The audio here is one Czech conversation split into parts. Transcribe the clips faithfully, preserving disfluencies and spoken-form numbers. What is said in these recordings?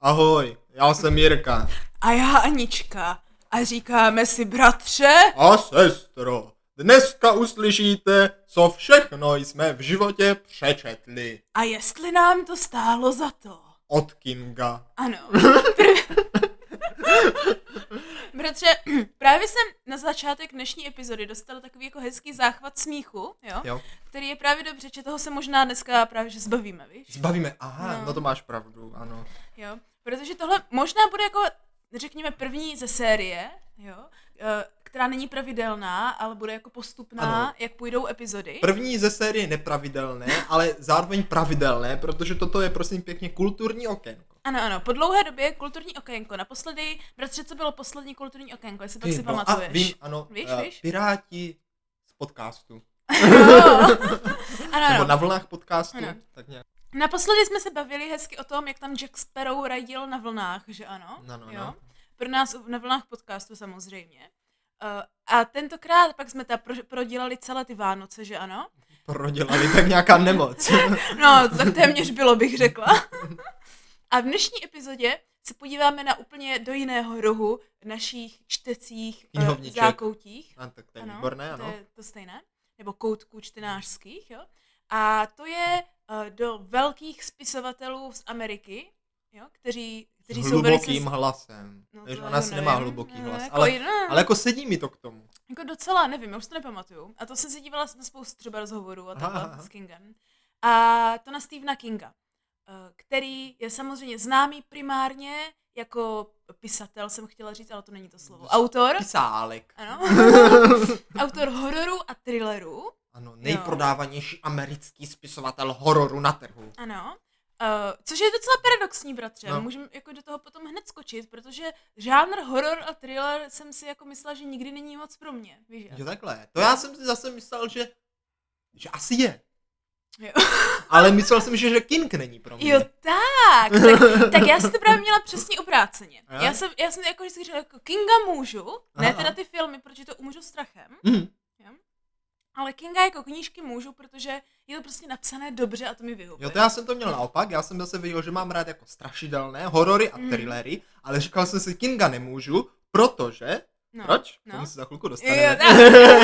Ahoj, já jsem Jirka. A já Anička. A říkáme si bratře. A sestro, dneska uslyšíte, co všechno jsme v životě přečetli. A jestli nám to stálo za to. Od Kinga. Ano. Pr- Bratře, právě jsem na začátek dnešní epizody dostala takový jako hezký záchvat smíchu, jo? Jo. Který je právě dobře, že toho se možná dneska právě že zbavíme, víš? Zbavíme, aha, no. No. no to máš pravdu, ano. Jo, protože tohle možná bude jako, řekněme, první ze série, jo, eh, která není pravidelná, ale bude jako postupná, Ano. jak půjdou epizody. První ze série nepravidelné, ale zároveň pravidelné, protože toto je prosím pěkně kulturní okénko. Ano, ano, po dlouhé době kulturní okénko. Naposledy, bratře, co bylo poslední kulturní okénko, jestli pak Ty, si no, pamatuješ. A vím, ano, Víš, uh, víš? Piráti z podcastu. ano, Nebo ano. na vlnách podcastu, Ano. tak nějak. Naposledy jsme se bavili hezky o tom, jak tam Jack Sparrow radil na vlnách, že ano? No, no, jo? no. Pro nás na vlnách podcastu samozřejmě. Uh, a tentokrát pak jsme ta pro, prodělali celé ty Vánoce, že ano? Prodělali tak nějaká nemoc. No, to tak téměř bylo, bych řekla. A v dnešní epizodě se podíváme na úplně do jiného rohu našich čtecích uh, Knihovniček. zákoutích. A tak to je Ano, výborné, ano. To je to stejné. Nebo koutků čtenářských, jo. A to je uh, do velkých spisovatelů z Ameriky, jo, kteří, kteří S jsou velice... hlubokým hlasem. No, Víš, to ona já si nemá nevím. hluboký No, hlas, jako ale, jiná. ale jako sedí mi to k tomu. Jako docela, nevím, já už to nepamatuju. A to jsem se dívala na spoustu třeba rozhovorů a Aha, takhle aha. s Kingem. A to na Stephena Kinga, eh, který je samozřejmě známý primárně jako pisatel, jsem chtěla říct, ale to není to slovo. Autor. Pisálek. Ano. Autor hororu a thrilleru. Ano, nejprodávanější americký spisovatel hororu na trhu. Ano. Uh, což je docela paradoxní, bratře. No. No. Můžeme jako do toho potom hned skočit, protože žánr horor a thriller jsem si jako myslela, že nikdy není moc pro mě. Víš, jak? Jo, takhle. To já jsem si zase myslel, že, že asi je. Jo. Ale myslel jsem, že, že King není pro mě. Jo, tak, tak, tak já jsem to právě měla přesně obráceně. A? Já jsem, já jsem jako vždycky řekla, jako Kinga můžu, ne Aha. teda ty filmy, protože to umřu strachem, Mhm. jo? Ale Kinga jako knížky můžu, protože je to prostě napsané dobře a to mi vyhovuje. Jo, to já jsem to měl naopak, já jsem zase viděl, že mám rád jako strašidelné horory a Mm. thrillery, ale říkal jsem si, Kinga nemůžu, protože... no. Proč? K No. tomu se za chvilku Jo, dostaneme. tak.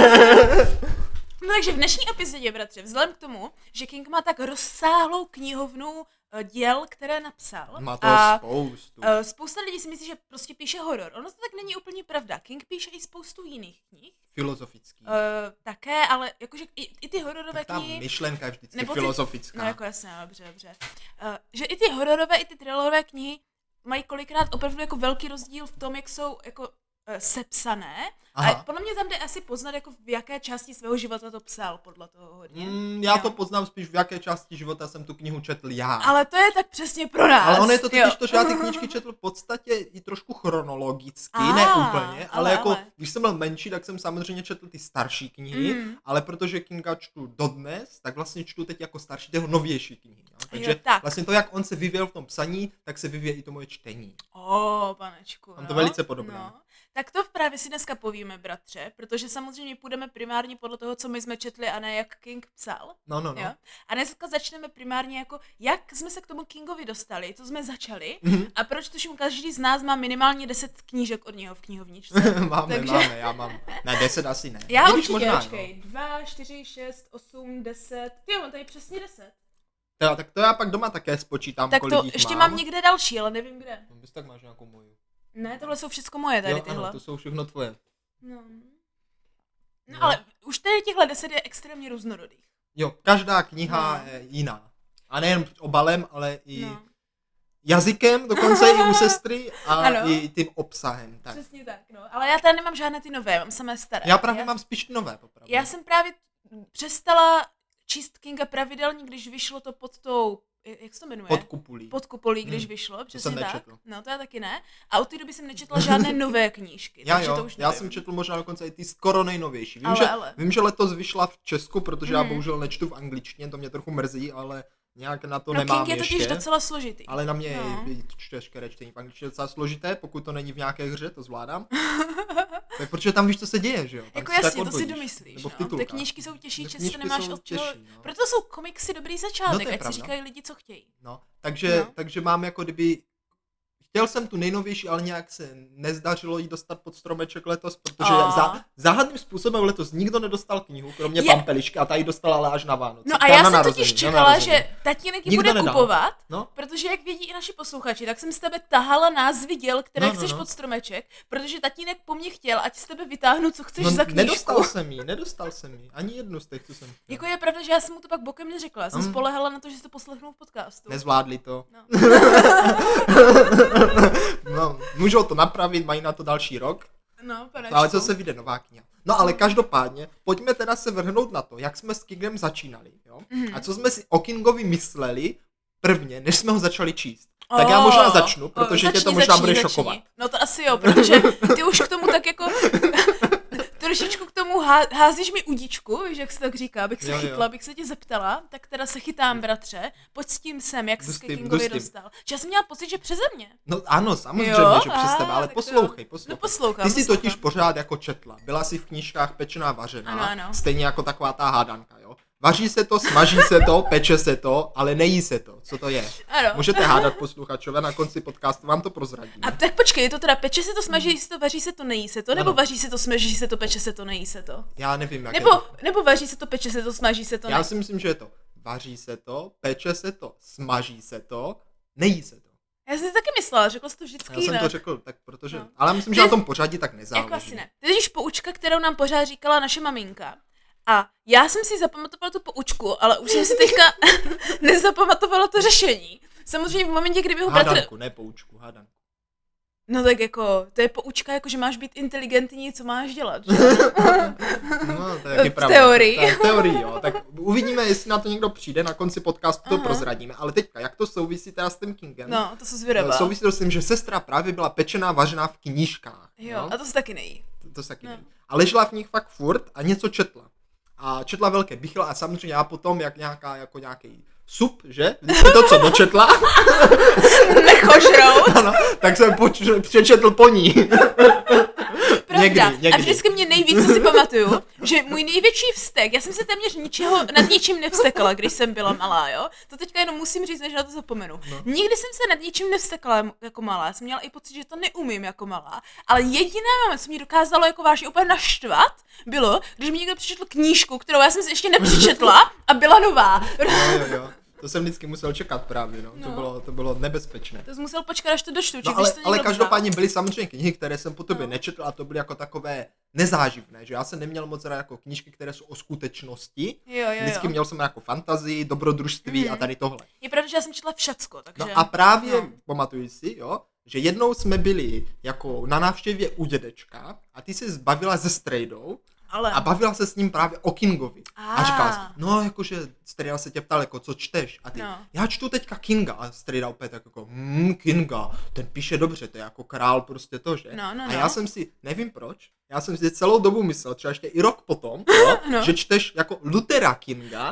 No takže v dnešní epizodě, bratře, vzhledem k tomu, že King má tak rozsáhlou knihovnu eh, děl, které napsal. Má toho a spoustu. eh, spousta lidí si myslí, že prostě píše horor. Ono to tak není úplně pravda. King píše i spoustu jiných knih. Filozofický. Uh, také, ale jakože i, i ty hororové Tak ta knihy, myšlenka je vždycky nebo ty- filozofická. no jako jasně, dobře, dobře, uh, že i ty hororové, i ty thrillerové knihy mají kolikrát opravdu jako velký rozdíl v tom, jak jsou jako uh, sepsané. Aha. A podle mě tam jde asi poznat, jako v jaké části svého života to psal, podle toho hodně. Mm, já Jo. to poznám spíš, v jaké části života jsem tu knihu četl já. Ale to je tak přesně pro nás. Ale ono je to totiž jo. to, že já ty knížky četl v podstatě i trošku chronologicky, A, ne úplně, ale, ale, jako, ale. když jsem byl menší, tak jsem samozřejmě četl ty starší knihy, Mm. ale protože Kinga čtu dodnes, tak vlastně čtu teď jako starší, ty jeho novější knihy. Jo? Takže Jo, tak. vlastně to, jak on se vyvíjel v tom psaní, tak se vyvíje i to moje čtení. O, panečku, Mám no. to velice podobné. No. Tak to právě si dneska povíme, bratře, protože samozřejmě půjdeme primárně podle toho, co my jsme četli a ne jak King psal. No, no, no. Jo? A dneska začneme primárně jako, jak jsme se k tomu Kingovi dostali, co jsme začali Mhm. a proč tuším každý z nás má minimálně deset knížek od něho v knihovničce. máme, Takže- máme, já mám. Ne, deset asi ne. Já I když určitě, možná, počkej, dva, čtyři, šest, osm, deset, ty jo, mám tady přesně deset. No. Tak to já pak doma také spočítám, Tak kolik to jich ještě mám. mám někde další, ale nevím kde. No, bys tak máš nějakou moju. Ne, tohle jsou všechno moje tady Jo, tyhle. ano, to jsou všechno tvoje. No. No, No. ale už tady těchhle deset je extrémně různorodých. Jo, každá kniha No. je jiná. A nejen obalem, ale i No. jazykem, dokonce i u sestry a Ano. i tím obsahem. Tak. Přesně tak, no. Ale já tady nemám žádné ty nové, mám samé staré. Já právě mám spíš nové, popravdě. Já jsem právě přestala číst Kinga pravidelně, když vyšlo to pod tou, jak se to jmenuje? Pod kupulí. Pod kupolí, když Hmm. vyšlo, přesně jsem tak. nečetl. No to já taky ne. A od té doby jsem nečetla žádné nové knížky, Já takže jo, to už já nevím. jsem četl možná dokonce i ty skoro nejnovější. Vím, Ale, že, ale. vím, že letos vyšla v Česku, protože já Mhm. bohužel nečtu v angličtině, to mě trochu mrzí, ale nějak na to No nemám King je ještě. totiž docela složitý. Ale na mě No. je čteškeré čtení v angličtině docela složité, pokud to není v nějaké hře, to zvládám. Tak protože tam víš, co se děje, že jo? Tam Jako si tak jasně, to si odvodíš. domyslíš. Nebo v No. Ty titulkách. knížky jsou těžší, Ty často knížky nemáš jsou od čeho. těžší, no. Proto jsou komiksy dobrý No, začátek, to je ať si pravda. říkají lidi, co chtějí. No, takže, No. takže mám jako kdyby chtěl jsem tu nejnovější, ale nějak se nezdařilo jí dostat pod stromeček letos, protože Oh. za, záhadným způsobem letos nikdo nedostal knihu, kromě Je- Pampelišky a ta ji dostala ale až na Vánoce. No a Ta já na jsem narození, totiž na čekala, narození. že tatínek ji Nikdo bude nedal. kupovat, No. protože jak vědí i naši posluchači, tak jsem z tebe tahala názvy děl, které No, no, chceš no. pod stromeček, protože tatínek po mně chtěl, ať z tebe vytáhnu, co chceš No, za knížku. nedostal jsem jí, nedostal jsem jí, ani jednu z těch, co jsem chtěl. Jako je pravda, že já jsem mu to pak bokem neřekla, já jsem Mm. spolehala na to, že si to poslechnu v podcastu. Nezvládli to. No. No, můžou to napravit, mají na to další rok, No, pane. ale co se vyjde nová kniha. No ale každopádně, pojďme teda se vrhnout na to, jak jsme s Kingem začínali, jo? Mhm. A co jsme si o Kingovi mysleli prvně, než jsme ho začali číst. Tak já možná začnu, protože tě to možná bude šokovat. No to asi jo, protože ty už k tomu tak jako trošičku k tomu há, házíš mi udičku, víš, jak se tak říká, abych se Jo, jo. chytla, abych se tě zeptala, tak teda se chytám, bratře, pojď s tím sem, jak Jdu jsi s ke tím, Kingovi jdu s tím. dostal. Že já jsem měla pocit, že přeze mě. No ano, samozřejmě, Jo? že přes A, tebe, ale tak poslouchej, jo. poslouchej. No poslouchám, Ty jsi poslouchám. totiž pořád jako četla. Byla jsi v knížkách Pečená vařená, Ano, ano. stejně jako taková ta hádanka, jo. Vaří se to, smaží se to, peče se to, ale nejí se to. Co to je? Ano. Můžete hádat posluchačové, na konci podcastu vám to prozradím. A tak počkej, je to teda peče se to, smaží se to, vaří se to, nejí se to, nebo Ano. vaří se to, smaží se to, peče se to, nejí se to? Já nevím, jak Nebo, je to. nebo vaří se to, peče se to, smaží se to, Já nejí. si myslím, že je to. Vaří se to, peče se to, smaží se to, nejí se to. Já jsem si taky myslela, řekla jsi to vždycky Já jsem jinak. to řekl, tak protože, No. ale myslím, že Ty- na tom pořadí tak nezáleží. Jako asi ne. To je totiž poučka, kterou nám pořád říkala naše maminka. A já jsem si zapamatovala tu poučku, ale už jsem si teďka nezapamatovala to řešení. Samozřejmě v momentě, kdyby ho bratr... Hádanku, ne poučku, hádanku. No tak jako, to je poučka, jako že máš být inteligentní, co máš dělat. Že? No, to je taky V pravda. teorii. To je v teorii, jo. Tak uvidíme, jestli na to někdo přijde, na konci podcastu to Aha. prozradíme. Ale teďka, jak to souvisí teda s tím Kingem? No, to jsou zvědavá. Souvisí to s tím, že sestra právě byla pečená, vařená v knížkách. Jo, no? a to se taky nejí. To, to se taky No. neví. A ležela v nich fakt furt a něco četla. A četla velké bychle a samozřejmě já potom, jak nějaká, jako nějaký sup, že? Vždycky to, co dočetla, Nechožrou. ano, tak jsem poč- přečetl po ní. Pravda. Někdy, A někdy. vždycky mě nejvíc, co si pamatuju, že můj největší vztek, já jsem se téměř ničeho, nad ničím nevstekala, když jsem byla malá, jo? To teďka jenom musím říct, než na to zapomenu. No. Nikdy jsem se nad ničím nevstekala jako malá, já jsem měla i pocit, že to neumím jako malá, ale jediné moment, co mě dokázalo jako vážně úplně naštvat, bylo, když mi někdo přečetl knížku, kterou já jsem si ještě nepřečetla a byla nová. Jo, jo, jo. To jsem vždycky musel čekat právě, no. To, No. bylo, to bylo nebezpečné. To jsi musel počkat, až to dočtu, či No, když ale, to ale někdo každopádně byly samozřejmě knihy, které jsem po tobě No. nečetl a to byly jako takové nezáživné, že já jsem neměl moc rád jako knížky, které jsou o skutečnosti. vzal. Jo, jo, Vždycky jo. měl jsem jako fantazii, dobrodružství Mhm. a tady tohle. Je pravda, že já jsem četla všecko, takže... No a právě, No. no. pamatuj si, jo, že jednou jsme byli jako na návštěvě u dědečka a ty se zbavila se strejdou Ale... a bavila se s ním právě o Kingovi. A Ah. říkala jsi, no jakože strejda se tě ptal, jako co čteš? A ty, No. já čtu teďka Kinga. A strejda opět tak jako, hm, Kinga, ten píše dobře, to je jako král prostě to, že? No, no, a no. já jsem si, nevím proč, já jsem si celou dobu myslel, třeba ještě i rok potom, jo, No. že čteš jako Luthera Kinga,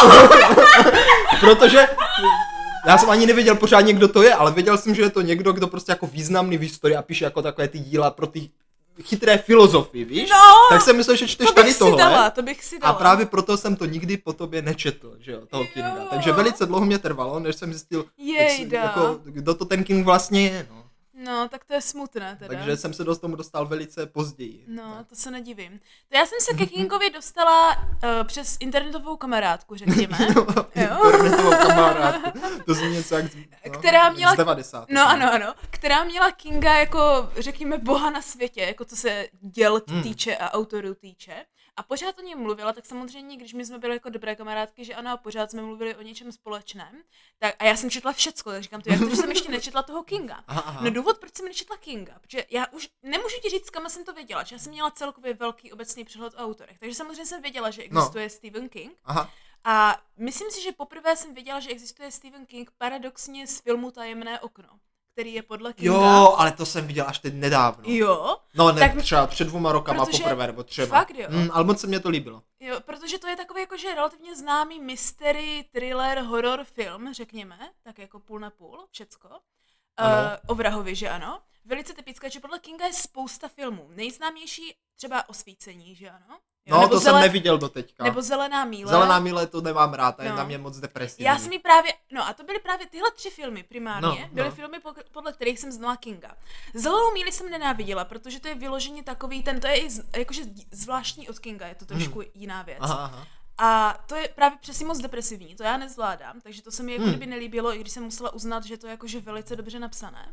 protože já jsem ani nevěděl pořádně, kdo to je, ale věděl jsem, že je to někdo, kdo prostě jako významný v historii a píše jako takové ty díla pro ty chytré filozofy, víš? No, Tak jsem myslel, že čteš to tady bych si tohle. dala, to bych si A dala. právě proto jsem to nikdy po tobě nečetl, že jo, toho Jo. Kinga. Takže velice dlouho mě trvalo, než jsem zjistil, Jejda. jako, kdo to ten King vlastně je, no. No, tak to je smutné teda. Takže jsem se do tomu dostal velice později. No, Tak. to se nedivím. To já jsem se ke Kingovi dostala uh, přes internetovou kamarádku, řekněme. Jo. Internetovou kamarádku. To zní něco jak z, no, Která měla- z devadesátých. No ano, ano. Která měla Kinga jako, řekněme, boha na světě, jako co se děl Hmm. týče a autorů týče. A pořád o něm mluvila, tak samozřejmě, když my jsme byli jako dobré kamarádky, že ano, a pořád jsme mluvili o něčem společném. Tak, a já jsem četla všecko, tak říkám to, jak to, že jsem ještě nečetla toho Kinga. Aha, aha. No důvod, proč jsem nečetla Kinga, protože já už nemůžu ti říct, kam jsem to věděla, že já jsem měla celkově velký obecný přehled o autorech, takže samozřejmě jsem věděla, že existuje no. Stephen King Aha. a myslím si, že poprvé jsem věděla, že existuje Stephen King paradoxně z filmu Tajemné okno, který je podle Kinga. Jo, ale to jsem viděl až teď nedávno. Jo, No ne, Tak- třeba před dvěma rokama protože- poprvé, nebo třeba. fakt jo. Mm, ale moc se mě to líbilo. jo, protože to je takový jakože relativně známý mystery, thriller, horror film, řekněme, tak jako půl na půl, všecko. Ano. Uh, o vrahovi, že ano. Velice typické, že podle Kinga je spousta filmů. Nejznámější třeba Osvícení, že ano? Jo, no, to zelen... jsem neviděl do teďka. Nebo Zelená míle. Zelená míle to nemám rád, a je no. na mě moc depresivní. Já jsem mi právě, no a to byly právě tyhle tři filmy primárně, no, byly no. filmy, podle kterých jsem znala Kinga. Zelenou míli jsem nenáviděla, protože to je vyloženě takový ten, to je i z, jakože zvláštní od Kinga, je to trošku hmm. jiná věc. Aha, aha. A to je právě přesně moc depresivní, to já nezvládám, takže to se mi jako hmm. kdyby nelíbilo, i když jsem musela uznat, že to je jakože velice dobře napsané.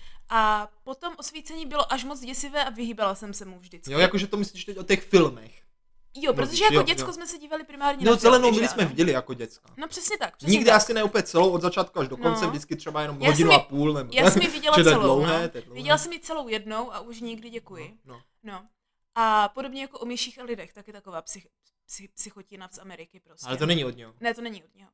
A potom Osvícení bylo až moc děsivé a vyhýbala jsem se mu vždycky. Jo, jakože to myslíš teď o těch filmech. Jo, protože no, jako jo, děcko jo. jsme se dívali primárně no, na Zelenou filmy, míli jsme viděli jako děcka. No přesně tak. Přesně Nikdy tak. asi ne úplně celou, od začátku až do konce, no. vždycky třeba jenom já hodinu mi, a půl. Nebo já jsem ji viděla celou, dlouhé, no. dlouhé. Viděla jsem ji celou jednou a už nikdy děkuji. No, no. no. A podobně jako o myších a lidech, taky taková psych, psych, psychotina z Ameriky prostě. Ale to není od něho. Ne, to není od něho.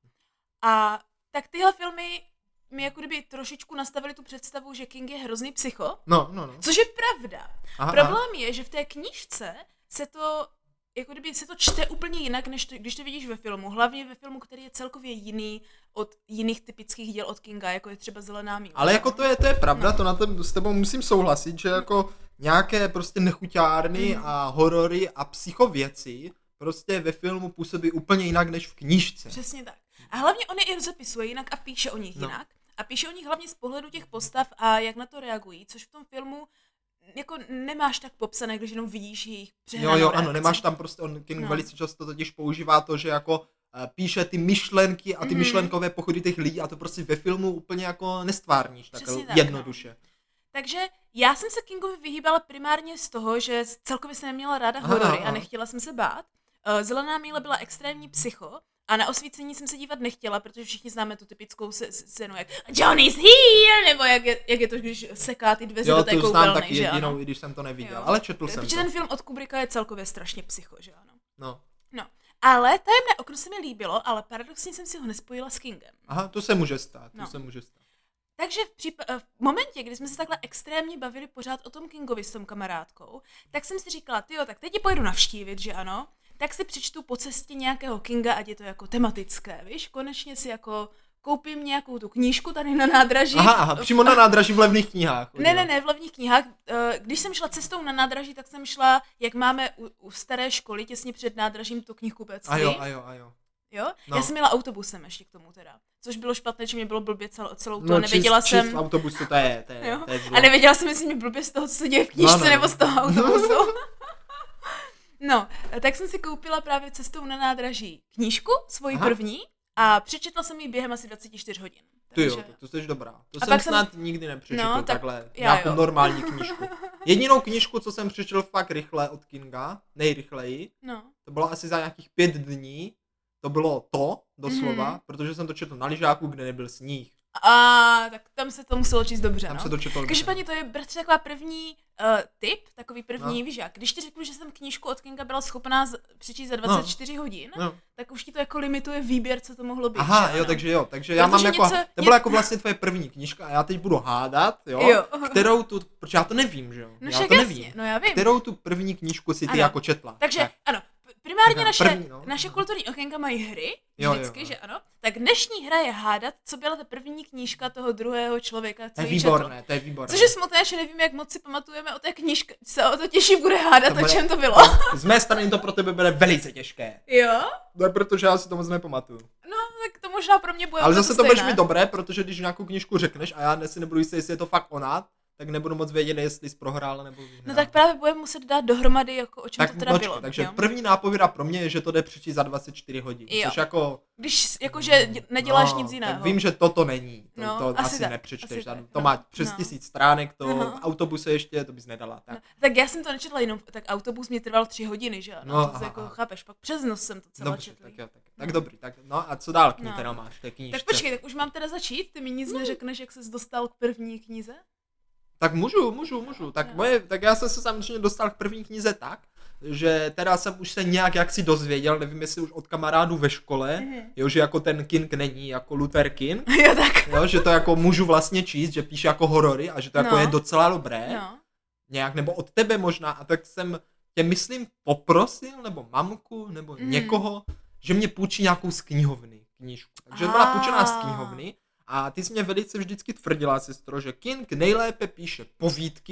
A tak tyhle filmy mi jako kdyby trošičku nastavili tu představu, že King je hrozný psycho. No, no, no. Což je pravda. Aha, Problém aha. je, že v té knížce se to jako kdyby se to čte úplně jinak, než to, když to vidíš ve filmu. Hlavně ve filmu, který je celkově jiný od jiných typických děl od Kinga, jako je třeba Zelená míla. Ale jako to je, to je pravda, no. to na tebe, s tebou musím souhlasit, že jako nějaké prostě nechuťárny mm. a horory a psychověci prostě ve filmu působí úplně jinak než v knížce. Přesně tak. A hlavně on je i rozepisuje jinak a píše o nich no. jinak. A píše o nich hlavně z pohledu těch postav a jak na to reagují, což v tom filmu jako nemáš tak popsané, když jenom vidíš jejich přehnanou Jo, jo, reakci. ano, nemáš tam prostě, on King no. velice často totiž používá to, že jako uh, píše ty myšlenky a ty mm. myšlenkové pochody těch lidí a to prostě ve filmu úplně jako nestvárníš tak jednoduše. No. Takže já jsem se Kingovi vyhýbala primárně z toho, že celkově jsem neměla ráda horory aha, aha. a nechtěla jsem se bát. Uh, Zelená míle byla extrémní psycho. A na Osvícení jsem se dívat nechtěla, protože všichni známe tu typickou scénu, jak Johnny's here, nebo jak je, jak je to, když seká ty dveře jo, do té koupelny, že Jo, to znám taky že jedinou, ano? i když jsem to neviděl, jo. ale četl jsem protože to. ten film od Kubricka je celkově strašně psycho, že ano? No. No, ale Tajemné okno se mi líbilo, ale paradoxně jsem si ho nespojila s Kingem. Aha, to se může stát, to no. se může stát. Takže v, přípa- v momentě, kdy jsme se takhle extrémně bavili pořád o tom Kingovi s tom kamarádkou, tak jsem si říkala, tyjo, tak teď ji pojedu navštívit, že ano? Tak si přečtu po cestě nějakého Kinga, ať je to jako tematické, víš? Konečně si jako koupím nějakou tu knížku tady na nádraží. Aha, aha, přímo na nádraží v levných knihách. Ne, ne, ne, v levných knihách. Když jsem šla cestou na nádraží, tak jsem šla, jak máme u, u staré školy, těsně před nádražím to knihkupectví. A jo, a jo, a jo. Jo? No. Já jsem jela autobusem ještě k tomu teda. Což bylo špatné, že mě bylo blbě celou, celou tu. No, a nevěděla čist, jsem... čist v autobusu, to je, to je, to je A nevěděla jsem, jestli mi blbě z toho, co se děje v knížce, no, no. nebo z toho autobusu. No, tak jsem si koupila právě cestou na nádraží knížku, svoji aha. první, a přečetla jsem ji během asi dvacet čtyři hodin. Ty jo, to, to jsi dobrá. To a jsem snad jsem... nikdy nepřečetl no, tak... takhle, nějakou normální knížku. Jedinou knížku, co jsem přečetl fakt rychle od Kinga, nejrychleji, no. to bylo asi za nějakých pět dní, to bylo to, doslova, mm-hmm. protože jsem to četl na lyžáku, kde nebyl sníh. A tak tam se to muselo číst dobře, tam no. se to četlo dobře. Každopádně to je bratře taková první uh, tip, takový první, no. víš jak, když ti řeknu, že jsem knížku od Kinga byla schopná z, přečíst za dvacet čtyři no. hodin, no. tak už ti to jako limituje výběr, co to mohlo být. Aha, že, jo, no? takže jo, takže já mám jako, něco, to byla jako vlastně tvoje první knížka a já teď budu hádat, jo, jo. kterou tu, protože já to nevím, že jo, no, já to nevím, jasně, no já vím. kterou tu první knížku si ty ano. jako četla. Takže tak. ano, primárně tak, naše, první, no. naše kulturní okénka mají hry, jo, vždycky, jo, jo. že ano, tak dnešní hra je hádat, co byla ta první knížka toho druhého člověka, co to je jí výborné, četl. to je výborné. Což je smutné, že nevím, jak moc si pamatujeme o té knížce, se o to těžší bude hádat, to bude, o čem to bylo. Z mé strany to pro tebe bude velice těžké. Jo? No, protože já si to moc nepamatuju. No, tak to možná pro mě bude. Ale zase to stejné. budeš mi dobré, protože když nějakou knížku řekneš a já si nebudu jistý, jestli je to fakt ona, tak nebudu moc vědět, jestli jsi prohrál nebo vyhrál. No tak právě budeme muset dát dohromady, jako o čem tak to teda počkej, bylo. Takže jo? první nápověda pro mě je, že to jde přečíst za dvacet čtyři hodin. Jo. Což jako... Když jakože neděláš no, nic jiného. Tak vím, že toto není. To, no, to asi, asi tak, nepřečteš. asi tak, to no, má přes no. tisíc stránek, to uh-huh. v autobuse ještě, to bys nedala. Tak, no, tak já jsem to nečetla jenom, tak autobus mě trval tři hodiny, že ano? No, to aha, jako aha. chápeš, pak přes noc jsem to celá dobře, četla. tak jo, tak, no. tak dobrý. Tak, no a co dál k ní no. teda máš, té knížce? Tak počkej, tak už mám teda začít? Ty mi nic no. neřekneš, jak ses dostal k první knize? Tak můžu, můžu, můžu. Tak, moje, tak já jsem se samozřejmě dostal k první knize tak, že teda jsem už se nějak jaksi dozvěděl, nevím jestli už od kamarádů ve škole, mm-hmm. jo, že jako ten King není jako Luther King, jo, tak. Jo, že to jako můžu vlastně číst, že píše jako horory a že to jako no. je docela dobré, no. nějak, nebo od tebe možná, a tak jsem tě myslím poprosil, nebo mamku, nebo mm. někoho, že mě půjčí nějakou z knihovny knížku. Takže byla půjčená z knihovny a ty jsi mě velice vždycky tvrdila, sestro, že King nejlépe píše povídky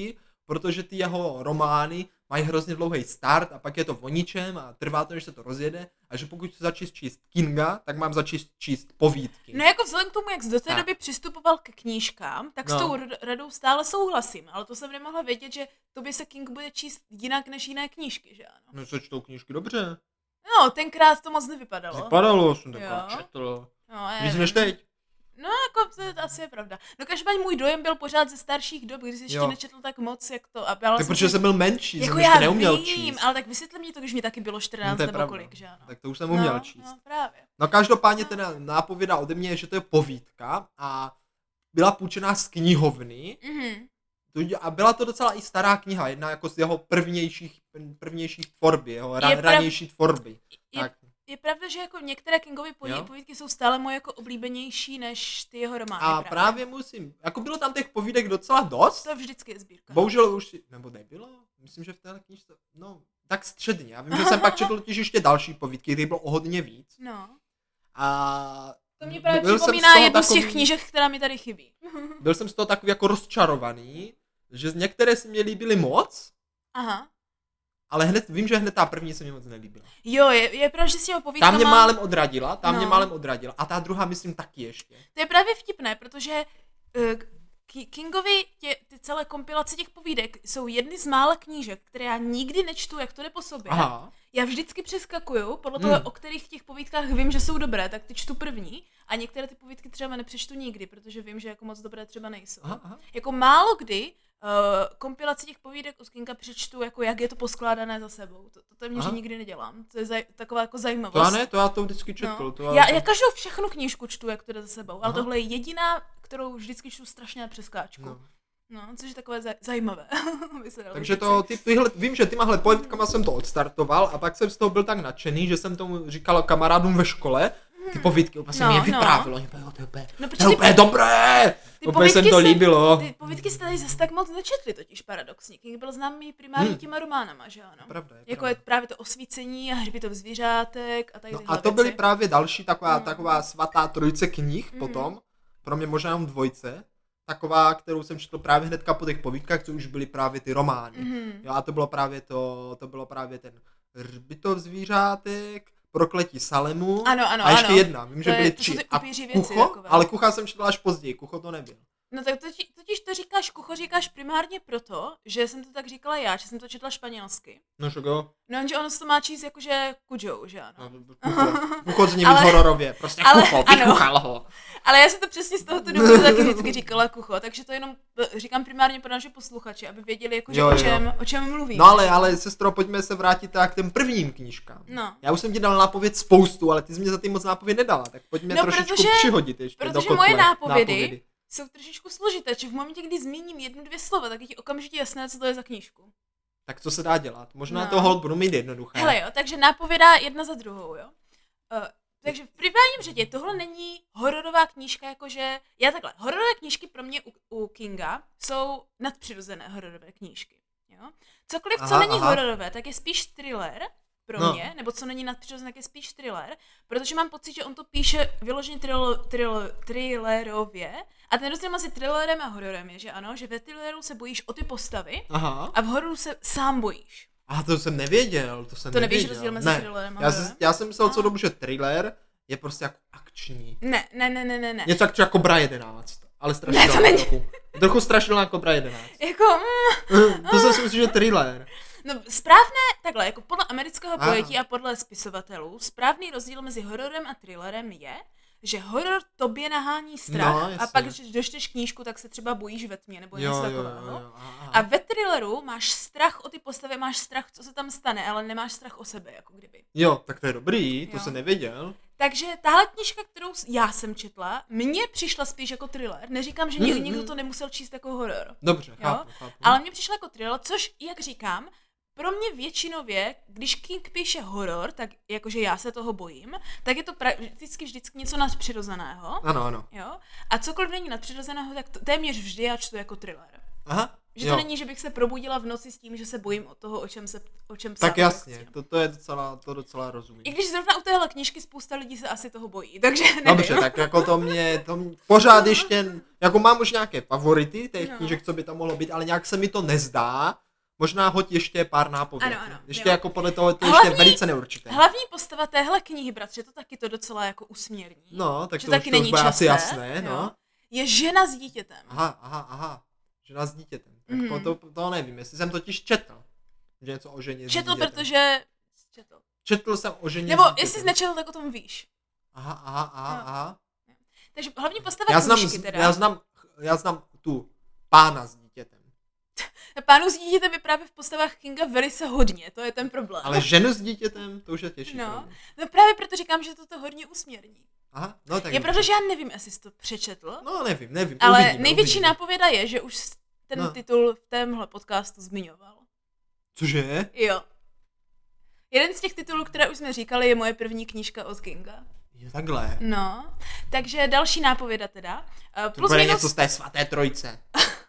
protože ty jeho romány mají hrozně dlouhý start a pak je to o ničem a trvá to, než se to rozjede a že pokud chci začít číst Kinga, tak mám začít číst povídky. No jako vzhledem k tomu, jak jsi do té Tak. doby přistupoval ke knížkám, tak No. s tou r- radou stále souhlasím, ale to jsem nemohla vědět, že tobě se King bude číst jinak než jiné knížky, že ano? No se čtou knížky dobře. No, tenkrát to moc nevypadalo. Vypadalo, jsem Jo. takhle četl. No, já Víc nevím. než teď. No, jako to je- asi je pravda. No, každopádně můj dojem byl pořád ze starších dob, kdy jsi ještě Jo. nečetl tak moc, jak to. A byla Tak jsem protože si- jsem byl menší, jako jsem já ještě neuměl vím, číst. ale tak vysvětli mě to, když mi taky bylo čtrnáct No, to je nebo pravda. kolik, že ano. Tak to už jsem uměl no, číst. No, právě. No každopádně teda nápověda ode mě je, že to je povídka a byla půjčená z knihovny Mhm. tu- a byla to docela i stará kniha, jedna jako z jeho prvnějších, prvnějších tvorby, jeho ra, Je prav- ranější tvorby. Je, Tak, je pravda, že jako některé Kingovy Jo. poví- povídky jsou stále moje jako oblíbenější než ty jeho romány. a právě musím, jako bylo tam těch povídek docela dost, To vždycky je sbírka. bohužel už, si- nebo nebylo, myslím, že v téhle knižce, no, tak středně, já vím, že jsem pak četl totiž ještě další povídky, které bylo o hodně víc. No. A To mě právě byl jsem připomíná toho jednu z těch takový- knížek, která mi tady chybí. Byl jsem z toho takový jako rozčarovaný, že některé se mi líbily moc, Aha. ale hned, vím, že hned ta první se mi moc nelíbila. Jo, je, je pravda, že s těma povídkama... Ta mě málem odradila, ta mě No. málem odradila. A ta druhá, myslím, taky ještě. To je právě vtipné, protože uh, Ki- Kingovi tě, ty celé kompilace těch povídek jsou jedny z mála knížek, které já nikdy nečtu, jak to jde po sobě. Aha. Já vždycky přeskakuju, podle toho, Hmm. o kterých těch povídkách vím, že jsou dobré, tak ty čtu první a některé ty povídky třeba nepřečtu nikdy, protože vím, že jako moc dobré třeba nejsou. Aha, aha. Jako málo kdy uh, kompilaci těch povídek od Kinga přečtu, jako jak je to poskládané za sebou. To, to téměř Aha. nikdy nedělám. To je zaj- taková jako To zajímavost. já ne, to já to vždycky četl. No. To já, Já, to... já každou všechnu knížku čtu, jak to jde za sebou, ale Aha. tohle je jediná, kterou vždycky čtu strašně na přeskáčku. No, No. no což je takové zaj- zajímavé. Aby se dalo Takže říci. to, ty, tyhle, vím, že tymahle povídkama jsem to odstartoval a pak jsem z toho byl tak nadšený, že jsem tomu říkal kamarádům ve škole, ty povídky úplně se No, mě no. vyprávilo, oni no, to je úplně, No, to protože je ty, úplně dobré, ty úplně se mi to povídky se- líbilo. ty povídky jste tady zase tak moc nečetli, totiž paradoxně. King byl známý primárně Hmm. těma románama, že ano? Pravda, je Jako pravda. je právě to Osvícení a Hřbitov zvířátek a tady No tyhle a to byly věci. právě další taková, No. taková svatá trojice knih Mhm. potom, pro mě možná jenom dvojce, taková, kterou jsem četl právě hnedka po těch povídkách, co už byly právě ty romány. Mhm. Jo, a to bylo právě to, to bylo právě ten Hřbitov zvířátek, Prokletí Salemu Ano, ano, a ještě ano. jedna, vím, To že je- byly to jsou tři. ty A upíří věci Kucho, takové. ale Kucha jsem četl až později, Kucho to nebyl. No tak totiž, totiž to říkáš, Kucho, říkáš primárně proto, že jsem to tak říkala já, že jsem to četla španělsky. No že jo, No, jenže ono se to má číst jakože Kujou, že ano. no, Kucho, Kucho zní Ale- víc hororově, prostě ale- Kucho, ano. vykuchal ho. Ale já jsem to přesně z tohoto důvodu taky vždycky říkala Kucho, takže to jenom eh, říkám primárně pro naše posluchače, aby věděli, jakože Jo, o, jo. čem, o čem mluvím. No ale, ale sestro, pojďme se vrátit tak k těm prvním knížkám. No. Já už jsem ti dal nápověd spoustu, ale ty jsi mě za ty moc nápověd nedala, tak pojďme No, trošičku protože- přihodit ještě do protože kotle moje nápovědy- Jsou trošičku složité, že v momentě, kdy zmíním jednu, dvě slova, tak je ti okamžitě jasné, co to je za knížku. Tak co se dá dělat? Možná No. to hold budu mít jednoduché. Hele jo, takže nápověda jedna za druhou, jo. Uh, takže v primárním řadě tohle není hororová knížka, jakože, já takhle, hororové knížky pro mě u, u Kinga jsou nadpřirozené hororové knížky, jo. Cokoliv, co Aha, není aha. hororové, tak je spíš thriller pro No. mě, nebo co není nadpřirozené, tak je spíš thriller, protože mám pocit, že on to píše vyloženě thriller, thriller, thrillerově a ten rozdíl mezi thrillerem a hororem je, že ano, že ve thrilleru se bojíš o ty postavy Aha. a v hororu se sám bojíš. A to jsem nevěděl, to jsem To nevíš nevěděl. rozdíl mezi ne. thrillerem a Já, hororem? jsem, já jsem myslel co A. dobu, že thriller je prostě jako akční. Ne, ne, ne, ne, ne, ne. Něco jak třeba Cobra jedenáct, ale strašidelná Ne, to není. trochu. Trochu strašidelná Cobra jedenáct. Jako, mm, to jsem si myslel, že thriller. no správné, takhle, jako podle amerického Aha. pojetí a podle spisovatelů, správný rozdíl mezi hororem a thrillerem je, že horor tobě nahání strach No, a jasně. pak, když dočteš knížku, tak se třeba bojíš ve tmě nebo Jo, něco jo, jo, takového. jo. Aha. A ve thrilleru máš strach o ty postavy, máš strach, co se tam stane, ale nemáš strach o sebe, jako kdyby. Jo, tak to je dobrý, to Jo. jsem nevěděl. Takže tahle knížka, kterou s- já jsem četla, mně přišla spíš jako thriller. Neříkám, že Hmm, někdo, někdo hmm. to nemusel číst jako horor. Dobře, Jo? chápu, chápu. Ale mně přišla jako thriller, což, jak říkám, pro mě většinově, když King píše horor, tak jakože já se toho bojím, tak je to prakticky vždycky něco nadpřirozeného. Ano, ano. Jo? A cokoliv není nadpřirozeného, tak to, téměř vždy já čtu jako thriller. Aha. Že jo. to není, že bych se probudila v noci s tím, že se bojím o toho, o čem se o čem Tak psát. jasně, to, to je docela, to docela rozumím. I když zrovna u téhle knížky spousta lidí se asi toho bojí, takže nevím. Dobře, tak jako to mě, to mě pořád ještě, jako mám už nějaké favority těch No. knížek, co by tam mohlo být, ale nějak se mi to nezdá. Možná hoď ještě pár nápověd. Ano, ano, ještě jo. jako podle toho, to je Hlavní- ještě velice neurčité. Hlavní postava téhle knihy, bratře, to taky to docela jako usměrní. No, tak že to taky už, to už není bude asi časté, jasné, no. jo. Je žena s dítětem. Aha, aha, aha. Žena s dítětem. Tak Mhm. mm. to, to nevím, jestli jsem totiž četl. Že něco o ženě s Četl, dítětem. protože... Četl. Četl jsem o ženě Nebo s dítětem. jestli jsi nečetl, tak o tom víš. Aha, aha, aha, No. aha. Takže hlavní postava Já znám, knížky teda. já znám, já znám tu pána s dítětem. Pánu s dítětem je právě v postavách Kinga velice hodně, to je ten problém. Ale ženu s dítětem, to už je těžší. No. pravda. No právě proto říkám, že to to hodně usměrní. Aha, no tak Je dobře. pravda, že já nevím, jestli jsi to přečetl, No nevím, nevím, ale uvidíme, největší uvidíme. nápověda je, že už jsi ten No. titul v témhle podcastu zmiňoval. Cože? Jo. Jeden z těch titulů, které už jsme říkali, je moje první knížka od Kinga. Jo, takhle. No, takže další nápověda teda. Uh, To plus bude minus, něco z té svaté trojice.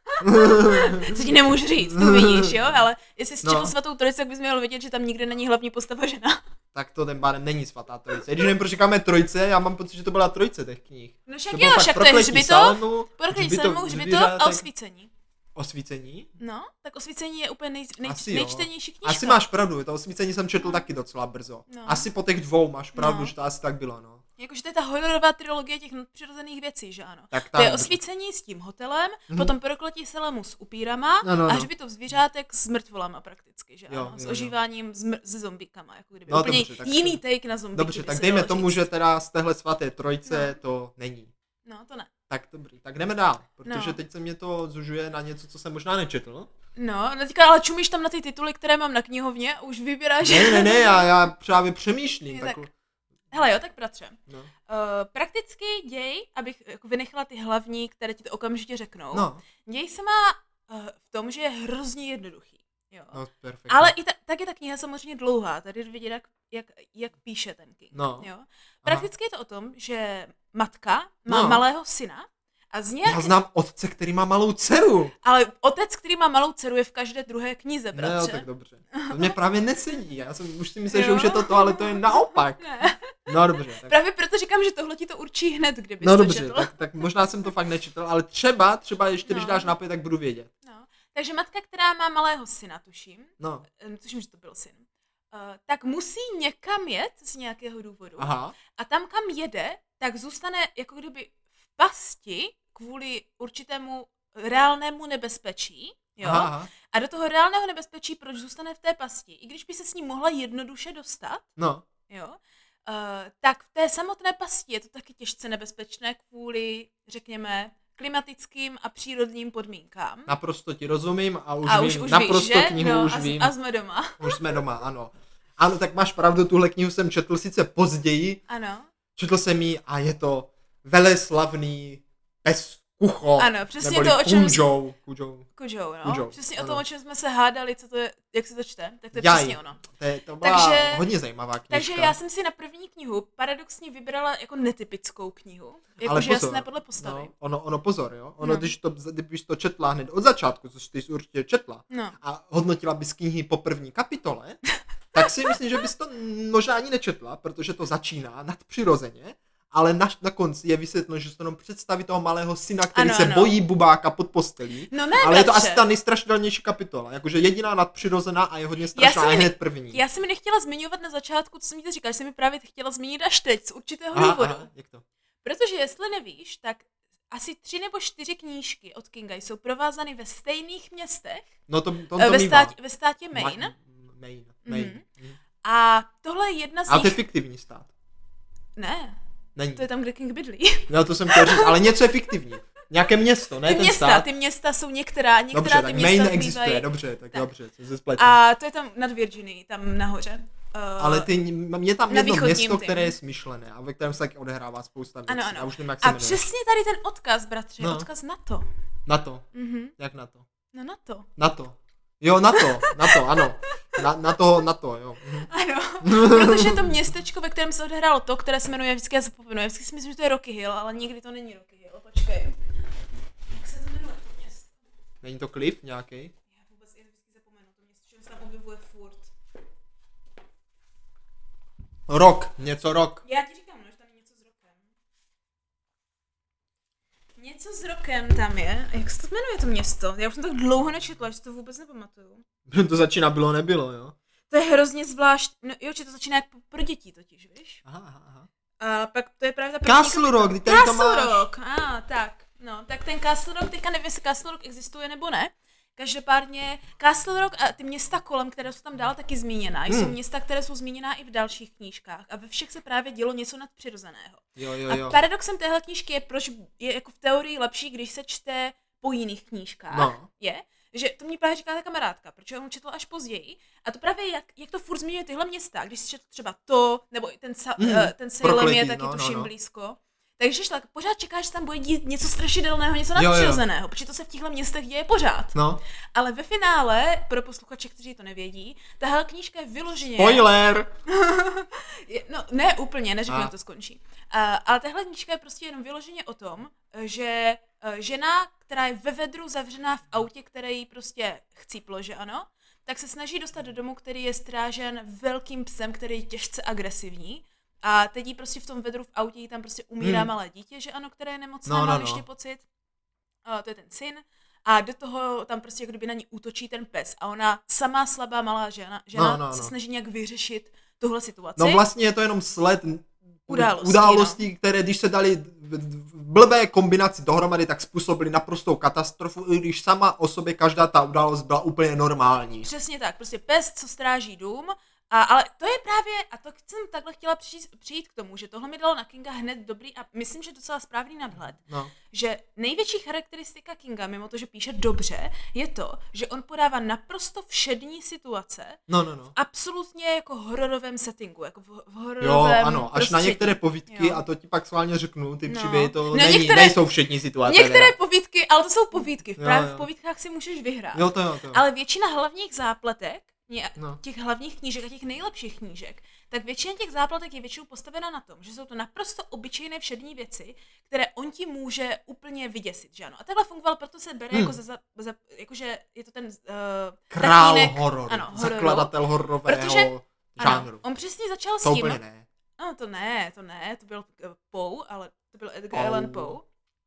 co ti nemůžu říct, to vidíš, jo? Ale jestli jsi No. četl Svatou trojici, tak bys měl vědět, že tam nikde není hlavní postava žena. Tak to ten pádem není svatá trojice. Když nevím, proč říkáme trojice, já mám pocit, že to byla trojice těch knih. No však To bylo jo, fakt však to je prokletí hřbitov, Salemu, prokletí hřbitov Salemu, hřbitov zvířátek. a osvícení. Osvícení? No, tak osvícení je úplně nej, nej, Asi jo. nejčtenější knížka. Asi máš pravdu, to osvícení jsem četl taky docela brzo. No. Asi po těch dvou máš pravdu, No. že to asi tak bylo, no. Jakože to je ta hororová trilogie těch nadpřirozených věcí, že ano. Tak To tam. je osvícení s tím hotelem, Mhm. potom prokletí Salemu s upírama No, no, a no. hřbitov zvířátek s mrtvolama prakticky, že Jo, ano. S jo, jo. ožíváním s, mr- se zombíkama, jako kdyby. No, Úplně dobře, tak jiný to- take na zombíky. Dobře, by tak se dejme dalo tomu, říct. že teda z téhle svaté trojice to není. No, to ne. Tak dobrý, tak jdeme dál, protože No. teď se mě to zužuje na něco, co jsem možná nečetl. No, no teďka ale čumíš tam na ty tituly, které mám na knihovně a už vybíráš. Ne, ne, ne, já, já právě přemýšlím. Tak. Tak... Hele jo, tak bratře. No. Uh, prakticky děj, abych jako vynechala ty hlavní, které ti to okamžitě řeknou. no, Děj se má uh, v tom, že je hrozně jednoduchý. Jo. no, perfektně. Ale i ta, tak je ta kniha samozřejmě dlouhá, tady jde vidět, jak, jak, jak píše ten King. No. Jo? Prakticky je to o tom, že matka má No. malého syna a z nějak... Já znám otce, který má malou dceru. Ale otec, který má malou dceru, je v každé druhé knize, Ne, jo, bratře. tak dobře. To mě právě nesedí. Já jsem už si myslel, že Jo. už je to to, ale to je naopak. Ne. No dobře. Tak, Právě proto říkám, že tohle ti to určí hned, kdybys no to dobře, četl. tak, tak možná jsem to fakt nečetl, ale třeba, třeba ještě když No. dáš nápoj, tak budu vědět. No. Takže matka, která má malého syna, tuším, No, em, tuším, že to byl syn, uh, tak musí někam jet z nějakého důvodu. aha. A tam, kam jede, tak zůstane jako kdyby v pasti kvůli určitému reálnému nebezpečí. Jo? Aha, aha. A do toho reálného nebezpečí, proč zůstane v té pasti, i když by se s ním mohla jednoduše dostat, No, jo? Uh, tak v té samotné pasti je to taky těžce nebezpečné kvůli, řekněme, klimatickým a přírodním podmínkám. naprosto ti rozumím a už a vím, už, už naprosto víš, že? knihu no, už a, vím. a jsme doma. Už jsme doma, ano. Ano, tak máš pravdu, tuhle knihu jsem četl sice později, Ano, četl jsem ji a je to veleslavný pes Kucho. ano, přesně neboli to, o čem... Kůžou. Kůžou. Kujou, no. Kujou, Přesně o ano. tom, o čem jsme se hádali, co to je, jak se to čte, tak to je Jaj. přesně ono. To, je, to byla Takže- hodně zajímavá knižka. Takže já jsem si na první knihu paradoxně vybrala jako netypickou knihu. Ale Jakože pozor, jasné podle postavy. No, ono, ono pozor, jo. Ono, No. když to, kdybys to četla hned od začátku, což ty jsi určitě četla, No. a hodnotila bys knihy po první kapitole, tak si myslím, že bys to možná ani nečetla, protože to začíná nadpřirozeně, ale na, na konci je vysvětleno, že se jenom představí toho malého syna, který Ano, se ano. bojí bubáka pod postelí. No ne, Ale je to bratře. asi ta nejstrašidelnější kapitola, jakože jediná nadpřirozená a je hodně Já strašná jsem a mi- hned první. Já jsem mi nechtěla zmiňovat na začátku, co jsem mi to říkala, že jsem mi právě chtěla zmínit až teď, z určitého aha, důvodu. aha, jak to? Protože jestli nevíš, tak asi tři nebo čtyři knížky od Kinga jsou provázány ve stejných městech, No to, to, to ve, mývá. státě, ve státě Maine. Ma- Maine, Maine. Mhm. Mhm. A tohle je jedna z Ale to je nich... fiktivní stát. Ne, Není. to je tam, kde King bydlí. No to jsem chtěl říct, ale něco je fiktivní. Nějaké město, ne Ty ten města, stát. ty města jsou některá, některá Dobře, ty tak města Maine existuje, bývají- dobře, tak, Tak. dobře, to se spletl. A to je tam nad Virginií, tam nahoře. Uh, Ale ty, mě tam na jedno východním město, tým. které je smyšlené a ve kterém se taky odehrává spousta věcí. Ano, ano. Já už nevím, jak se A jmenuje. přesně tady ten odkaz, bratře, No. odkaz na to. Na to, Mhm. jak na to? No na to. Na to. Jo, na to, na to, ano. Na, na to, na to, jo. Mhm. Ano, protože je to městečko, ve kterém se odehrálo to, které se jmenuje, vždycky já zapomenu, já vždycky si myslím, že to je Rocky Hill, ale nikdy to není Rocky Hill, počkej. Jak se to jmenuje to město? Není to Cliff nějaký? Já vůbec i vždycky zapomenu, to město, že se tam objevuje furt. Rok, něco rok. Já ti říkám, no, že tam je něco s rokem. Něco s rokem tam je. Jak se to jmenuje to město? Já už jsem tak dlouho nečetla, že si to vůbec nepamatuju. To začíná bylo nebylo, jo? To je hrozně zvlášť, no jo, že to začíná jak pro děti totiž, víš? Aha, aha, aha. A pak to je právě ta první Castle Rock, kdy tady to Castle máš. Rock, a ah, tak, no, tak ten Castle Rock, teďka nevím, jestli Castle Rock existuje nebo ne. Každopádně Castle Rock a ty města kolem, které jsou tam dál taky zmíněná, hmm. jsou města, které jsou zmíněná i v dalších knížkách a ve všech se právě dělo něco nadpřirozeného. Jo, jo, jo. A paradoxem téhle knížky je, proč je jako v teorii lepší, když se čte po jiných knížkách, no. je, že to mi právě říká ta kamarádka, protože on četl až později. A to právě, jak, jak to furt zmiňuje tyhle města, když si četl třeba to, nebo i ten, sa, mm, uh, ten Salem je taky no, tuším no, no. blízko. Takže šla, pořád čekáš, že tam bude dít něco strašidelného, něco nadpřirozeného, protože to se v těchto městech děje pořád. No. Ale ve finále, pro posluchače, kteří to nevědí, tahle knížka je vyloženě... Spoiler! No, ne úplně, neřeknu, jak A. to skončí. Uh, ale tahle knížka je prostě jenom vyloženě o tom, že uh, žena, která je ve vedru zavřená v autě, které jí prostě chcíplo, že ano, tak se snaží dostat do domu, který je strážen velkým psem, který je těžce agresivní. A teď jí prostě v tom vedru v autě jí tam prostě umírá hmm. malé dítě, že ano, které je nemocné, no, no, má no. ještě pocit. Uh, to je ten syn. A do toho tam prostě jako kdyby na ní útočí ten pes. A ona sama slabá malá žena, žena no, no, no. se snaží nějak vyřešit tuhle situaci. No vlastně je to jenom sled událostí, událostí no. které když se dali v blbé kombinaci dohromady, tak způsobily naprostou katastrofu, i když sama o sobě každá ta událost byla úplně normální. Přesně tak, prostě pes, co stráží dům. A, ale to je právě, a to jsem takhle chtěla přijít, přijít k tomu, že tohle mi dalo na Kinga hned dobrý a myslím, že docela správný nadhled, no. že největší charakteristika Kinga, mimo to, že píše dobře, je to, že on podává naprosto všední situace no, no, no. v absolutně jako hororovém settingu, jako v, v hororovém Jo, ano, až prostředí. Na některé povídky, jo. A to ti pak schválně řeknu, ty no. příběhy to no, není, některé, nejsou všední situace. Některé teda. povídky, ale to jsou povídky, jo, právě jo. v povídkách si můžeš vyhrát, jo, to jo, to jo. ale většina hlavních zápletek no. těch hlavních knížek a těch nejlepších knížek, tak většina těch záplatek je většinou postavena na tom, že jsou to naprosto obyčejné všední věci, které on ti může úplně vyděsit, že ano. A takhle fungoval, proto se bere hmm. jako, za, za, jakože je to ten uh, král tatínek, hororu, ano, zakladatel hororového protože, žánru. Ano, on přesně začal to s tím. Úplně ne. No to ne, to ne, to byl uh, Poe, ale to byl Edgar Poe. Allan Poe.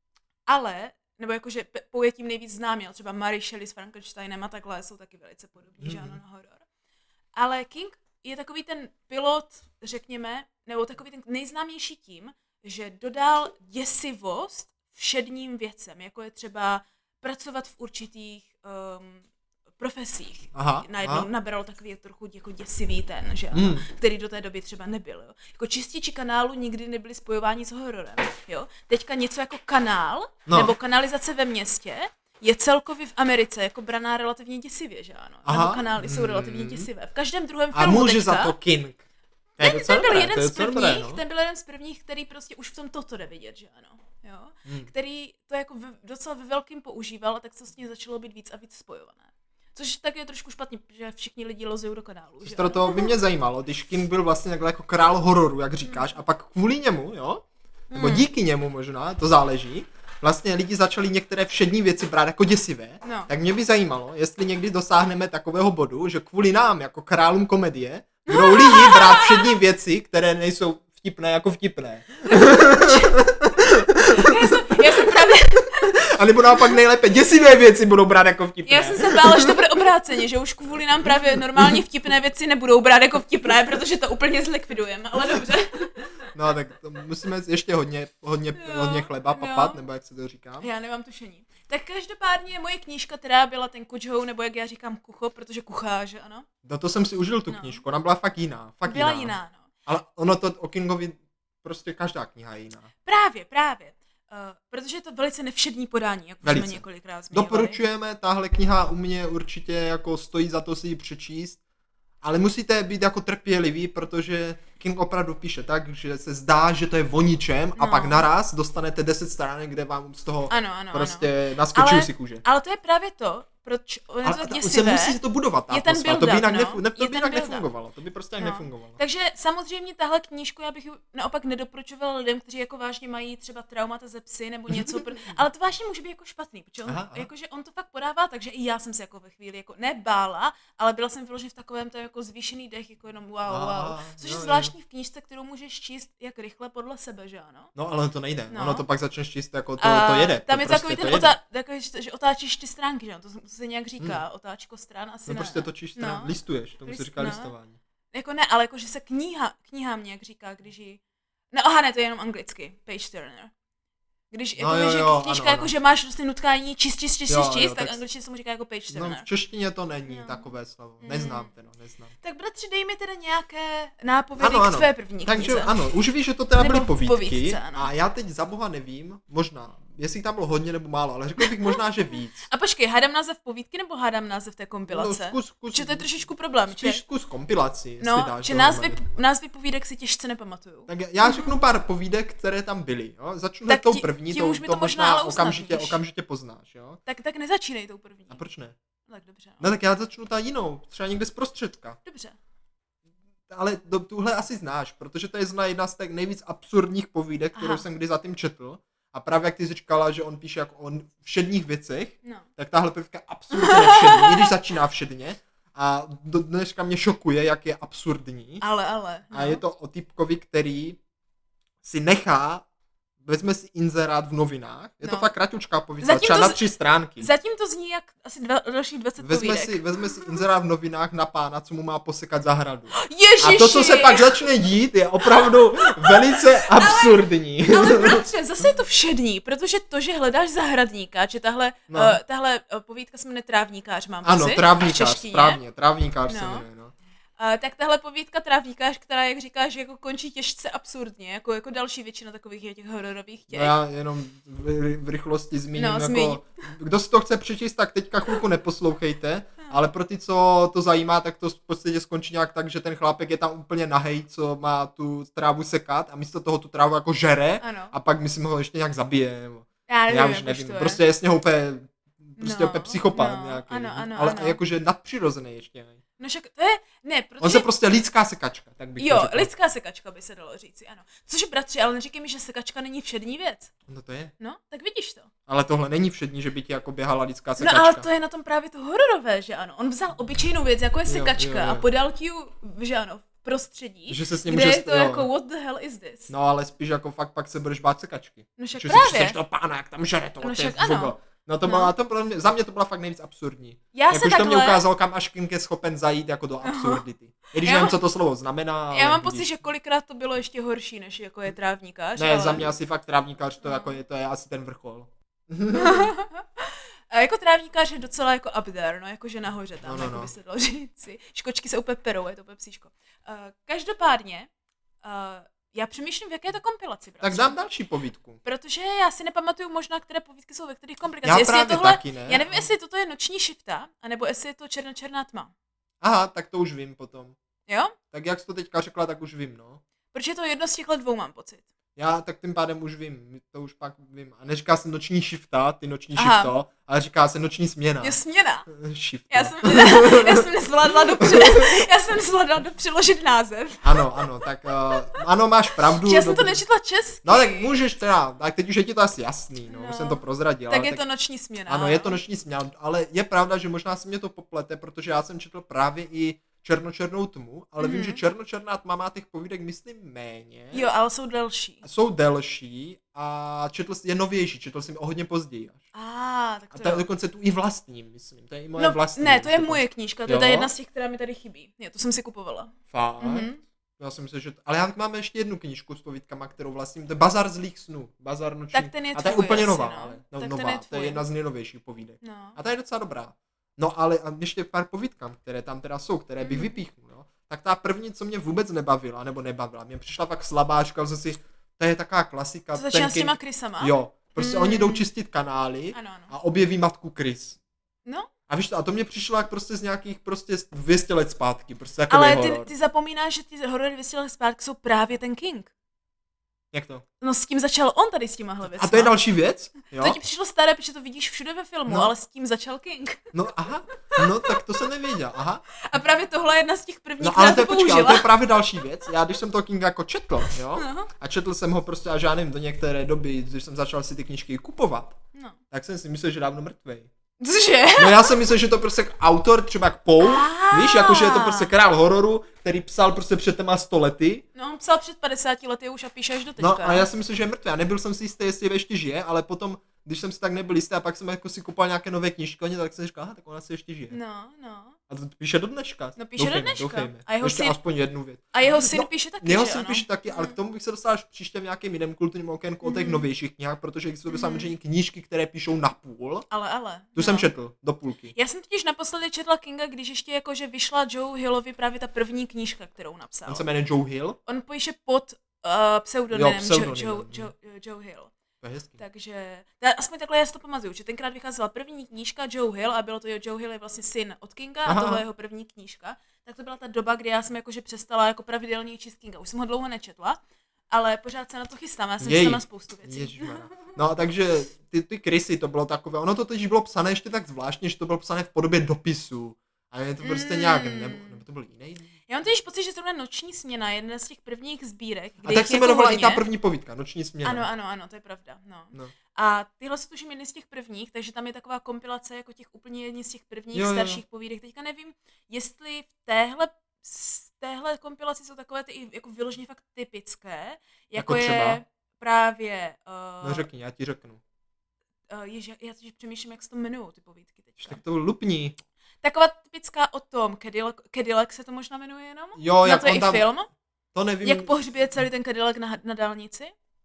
Ale nebo jakože Poe je tím nejvíc známý, ale třeba Mary Shelley s Frankensteinem a takhle jsou taky velice podobní, mm. že ano, na horor. Ale King je takový ten pilot, řekněme, nebo takový ten nejznámější tím, že dodal děsivost všedním věcem, jako je třeba pracovat v určitých um, profesích. Aha, Najednou aha. nabral takový jako jako děsivý ten, že ano, mm. který do té doby třeba nebyl. Jo. Jako čističi kanálu nikdy nebyli spojováni s hororem. Jo. Teďka něco jako kanál, no. nebo kanalizace ve městě, je celkově v Americe jako braná relativně děsivě, že ano? Aha. Nebo kanály jsou relativně děsivé. V každém druhém filmu A může teďka, za to King. Ten, ten byl dobré, jeden z prvních, dobré, no? ten byl jeden z prvních, který prostě už v tom toto jde vidět, že ano? Jo? Hmm. Který to jako v, docela ve velkým používal a tak se s ním začalo být víc a víc spojované. Což tak je trošku špatně, že všichni lidi lozou do kanálu. Že to by mě zajímalo, když King byl vlastně takhle jako král hororu, jak říkáš, hmm. a pak kvůli němu, jo? Nebo hmm. díky němu možná, to záleží. Vlastně lidi začali některé všední věci brát jako děsivé, no. Tak mě by zajímalo, jestli někdy dosáhneme takového bodu, že kvůli nám, jako králům komedie, budou lidi brát všední věci, které nejsou vtipné jako vtipné. já, jsem, já jsem právě... A nebo naopak nejlépe děsivé věci budou brát jako vtipné. Já jsem se bála, že to bude obráceně, že už kvůli nám právě normálně vtipné věci nebudou brát jako vtipné, protože to úplně zlikvidujeme, ale dobře. No tak to musíme ještě hodně, hodně, jo, hodně chleba papat, jo. Nebo jak se to říká. Já nemám tušení. Tak každopádně moje knížka, která byla ten kučhou, nebo jak já říkám kucho, protože kuchář, ano? No to jsem si užil tu no. knížku, ona byla fakt jiná. Fakt byla jiná. jiná, no. Ale ono to o Kingovi, prostě každá kniha je jiná. Právě, právě. Uh, protože je to velice nevšední podání, jak už jsme několikrát zmiňovali. Doporučujeme, tahle kniha u mě určitě jako stojí za to si ji přečíst, ale musíte být jako trpěliví, protože King opravdu píše tak, že se zdá, že to je o ničem no. A pak naraz dostanete deset stránek, kde vám z toho ano, ano, prostě ano. naskočí si kůže. Ale to je právě to, proč on je Ale to tak ta- se děsivé. musí to budovat, ta Je ten atmosféra, to by build-up, jinak, no. nefu- ne, to Je by ten jinak build-up. nefungovalo, to by prostě jinak No. nefungovalo. Takže samozřejmě tahle knížku já bych ju naopak nedoporučovala lidem, kteří jako vážně mají třeba traumata ze psy nebo něco, pr- ale to vážně může být jako špatný, protože on, Aha, aha. jakože on to fakt podává, takže i já jsem se jako ve chvíli jako nebála, ale byla jsem vyloženě v takovém to jako zvýšený dech, jako jenom wow, Ah, wow. Což jo, je jo. zvláštní v knížce, kterou můžeš číst jak rychle podle sebe, že ano? No, ale to nejde, No. ono to pak začneš číst, jako to, A to jede. tam to je to prostě, takový to ten, jede. otá- takový, že- že otáčíš ty stránky, že ano? To, to se nějak říká, otáčko stran, asi No ne. prostě točíš stran, No. listuješ, tomu se List- říká no. listování. Jako ne, ale jako, že se kniha, knihám nějak říká, když ji... No aha, ne, to je jenom anglicky, page turner. Když, No jako, jo, že jo, knížka, ano, jako, ano. že máš prostě nutkání čist, čist, čist, Jo, čist, jo, čist, tak tak- angličtině se mu říká jako page No, turner. v češtině to není No. takové slovo, Mm. neznám to, no, neznám. Tak bratři, dej mi teda nějaké nápovědy Ano, k ano. tvé první Takže knize. ano, už víš, že to teda Nebo byly v povídky povídce, ano. a já teď za boha nevím, možná, jestli tam bylo hodně nebo málo, ale řekl bych možná, že víc. A počkej, hádám název povídky nebo hádám název té No, kompilace? zkus, zkus, Že to je trošičku problém, spíš že? zkus kompilaci, jestli No, dáš že názvy, dohromady. názvy povídek si těžce nepamatuju. Tak já řeknu pár povídek, které tam byly, jo? Začnu Tak tou ti- první, tím to, už mi to to možná možná ale okamžitě, usnadníš. okamžitě poznáš, jo? Tak, tak nezačínej tou první. A proč ne? Tak dobře. No. No tak já začnu ta jinou, třeba někde zprostředka. Dobře. Ale do, tuhle asi znáš, protože to je zna jedna z těch nejvíc absurdních povídek, kterou Aha. jsem kdy zatím četl. A právě jak ty jsi říkala, že on píše jako o všedních věcech, No. tak tahle povídka je absolutně nevšední, i když začíná všedně. A do dneška mě šokuje, jak je absurdní. Ale, ale. No. A je to o typkovi, který si nechá, vezme si inzerát v novinách, je to No. fakt kratučká povídka, Zatím třeba to na z- tři stránky. Zatím to zní jak asi dva, dalších dvacet Vezme povídek. si, vezme si inzerát v novinách na pána, co mu má posekat zahradu. Ježiši! A to, co se pak začne dít, je opravdu velice absurdní. Ale bratře, zase je to všední, protože to, že hledáš zahradníka, že tahle, No. no. uh, tahle uh, povídka se jmenuje Trávníkář, mám Ano, pocit, v trávníkář, češtině. správně, trávníkář se No. jmenuje, no. Uh, tak tahle povídka Trávníkář, která, jak říkáš, jako končí těžce absurdně, jako, jako další většina takových těch hororových těch. No já jenom v, v rychlosti zmíním, No, jako, zmiň. kdo si to chce přečíst, tak teďka chvilku neposlouchejte, ale pro ty, co to zajímá, tak to v podstatě skončí nějak tak, že ten chlápek je tam úplně nahej, co má tu trávu sekat a místo toho tu trávu jako žere Ano. a pak myslím ho ještě nějak zabije, nebo Já nevím, já už jak nevím, to je. prostě je z něho úplně, prostě No, úplně psychopat no, nějaký, ano, ano, ale ano. jakože nadpřirozený ještě. No však to je, ne, protože... On se prostě lidská sekačka, tak bych to Jo, řekl. lidská sekačka by se dalo říci, ano. Což bratři, ale neříkej mi, že sekačka není všední věc. No to je. No, tak vidíš to. Ale tohle není všední, že by ti jako běhala lidská No sekačka. ale to je na tom právě to hororové, že ano. On vzal obyčejnou věc, jako je Jo, sekačka jo, jo. a podal ti ji, že ano, v prostředí, Že se s ním kde může je to st- jo. jako what the hell is this? No ale spíš jako fakt pak se budeš bát sekačky. No však Že si právě. představíš toho pána, jak tam žere to, No to je však ano. vůbec. No to No. byla, to bylo, za mě to byla fakt nejvíc absurdní. Já Jak se už to mě takhle- ukázal, kam až King je schopen zajít jako do absurdity. I když Já nevím, mám- co to slovo znamená. ale Já mám vidíš. pocit, že kolikrát to bylo ještě horší, než jako je trávníkář. Ne, ale... za mě asi fakt trávníkář, to, No. jako je, to je asi ten vrchol. A jako trávníkář je docela jako up there, no jakože nahoře tam, No, no, no, jako no. by se dalo říci. Škočky se úplně perou, je to úplně psíško. Uh, každopádně, uh, já přemýšlím, v jaké je to kompilaci, bratře. Tak dám další povídku. Protože já si nepamatuju možná, které povídky jsou ve kterých Já komplikacích. Jestli je právě tohle, taky ne. já nevím, jestli toto je noční šifta, anebo jestli je to černočerná tma. Aha, tak to už vím potom. Jo? Tak jak jsi to teďka řekla, tak už vím, no. Protože to jedno z těchhle dvou mám pocit. Já tak tím pádem už vím, to už pak vím. A neříká se noční shifta, ty noční Aha. shifto, ale říká se noční směna. Je směna. Shifta. Já jsem, já jsem nezvládla dobře, já jsem nezvládla do přeložit název. Ano, ano, tak uh, ano, máš pravdu. Že já jsem to dobře. nečetla česky. No tak můžeš teda, tak teď už je ti to asi jasný, no, No. už jsem to prozradil. Tak ale je to noční směna. Ano, je to noční směna, ale je pravda, že možná se mě to poplete, protože já jsem četl právě i černočernou tmu, ale Mhm. vím, že černočerná tma má těch povídek, myslím, méně. Jo, ale jsou delší. Jsou delší a četl jsem, je novější, četl jsem o hodně později až. A, tak A to to je jo. dokonce tu i vlastním, myslím, to je i moje No, vlastní. ne, to je dokonce. moje knížka, to je Jo? ta jedna z těch, která mi tady chybí. Jo, to jsem si kupovala. Fakt? Mhm. Já jsem myslel, že... To... Ale já máme ještě jednu knížku s povídkama, kterou vlastním, to je Bazar zlých snů. Bazar noční. Tak ten je a ta je tvůj úplně asi, nová, no. ale. No, Tak ten nová, je to je tvůj. jedna z nejnovějších povídek. No. A ta je docela dobrá. No ale a ještě pár povídkám, které tam teda jsou, které bych Mhm. vypíchnul, no. Tak ta první, co mě vůbec nebavila, nebo nebavila, mě přišla fakt slabá, říkal jsem si, to je taková klasika. To začíná ten s těma King- krysama? Jo, prostě Mm. oni jdou čistit kanály Ano, ano. a objeví matku Krys. No, A víš to, a to mě přišlo jak prostě z nějakých prostě dvě stě let zpátky, prostě takový ale horor. ty, ty zapomínáš, že ty horory dvě stě let zpátky jsou právě ten King. Jak to? No s tím začal on tady s těmahle věcma. A to je další věc? Jo? To ti přišlo staré, protože to vidíš všude ve filmu, No. ale s tím začal King. No aha, no tak to jsem nevěděl, aha. A právě tohle je jedna z těch prvních, No která ale to je, to počkej, ale použila. to je právě další věc. Já když jsem toho Kinga jako četl, jo, No. a četl jsem ho prostě až já nevím, do některé doby, když jsem začal si ty knížky kupovat, No. tak jsem si myslel, že je dávno mrtvej. Cože? No já jsem myslel, že to prostě jak autor, třeba jak Poe, Ah. víš, jakože je to prostě král hororu, který psal prostě před těma sto lety. No on psal před padesáti lety už a píše až do teďka. No a já si myslím, že je mrtvý. A nebyl jsem si jistý, jestli ještě žije, ale potom, když jsem si tak nebyl jistý a pak jsem jako si kupoval nějaké nové knížky, tak jsem říkal, aha, tak ona si ještě žije. No, no. A to píše do dneška. No, píše do doufejme, dneška. Doufejme. A jeho ještě syn- aspoň jednu věc. A jeho syn No, píše taky, Jeho že syn ano? píše taky, ale k tomu bych se dostal až příště v nějakém jiném kulturním okénku o těch Mhm. novějších knihách, protože existují Mhm. samozřejmě knížky, které píšou na půl. Ale, ale. Tu no. jsem četl, do půlky. Já jsem totiž naposledy četla Kinga, když ještě jakože vyšla Joe Hillovi právě ta první knížka, kterou napsal. On se jmenuje Joe Hill. On píše pod uh, pseudonymem, Jo, pseudonymem, Joe, no. Joe, Joe, Joe Hill. To je hezký. Takže, ta, aspoň takhle já si to pamatuju, že tenkrát vycházela první knížka Joe Hill a bylo to, Joe Hill je vlastně syn od Kinga Aha. a tohle je jeho první knížka. Tak to byla ta doba, kdy já jsem jakože přestala jako pravidelně číst Kinga. Už jsem ho dlouho nečetla, ale pořád se na to chystám, já jsem Jej. chystám na spoustu věcí. Ježišmarja. No takže ty, ty krysy, to bylo takové, ono to teď bylo psané ještě tak zvláštně, že to bylo psané v podobě dopisu. A je to prostě Mm. nějak, nebo, nebo to byl jiný. Já mám totiž pocit, že zrovna Noční směna je jedna z těch prvních sbírek, A kdy tak jich se jako jmenovala i hodně. ta první povídka, Noční směna. Ano, ano, ano, to je pravda. No. No. A tyhle jsou tuším jedny z těch prvních, takže tam je taková kompilace jako těch úplně jedni z těch prvních Jo, jo, jo. starších povídek. Teďka nevím, jestli v téhle, z téhle kompilaci jsou takové ty i jako vyloženě fakt typické, jako, Jako je třeba? právě... Uh, No řekni, já ti řeknu. uh, ježi, já teď přemýšlím, jak se to jmenují ty povídky teďka. Tak to lupní. Taková typická o tom, Cadillac, Cadillac se to možná jmenuje jenom? Jo, Na jak to je on i tam, film. to nevím, Jak pohřbije celý ten Cadillac na, na dálnici?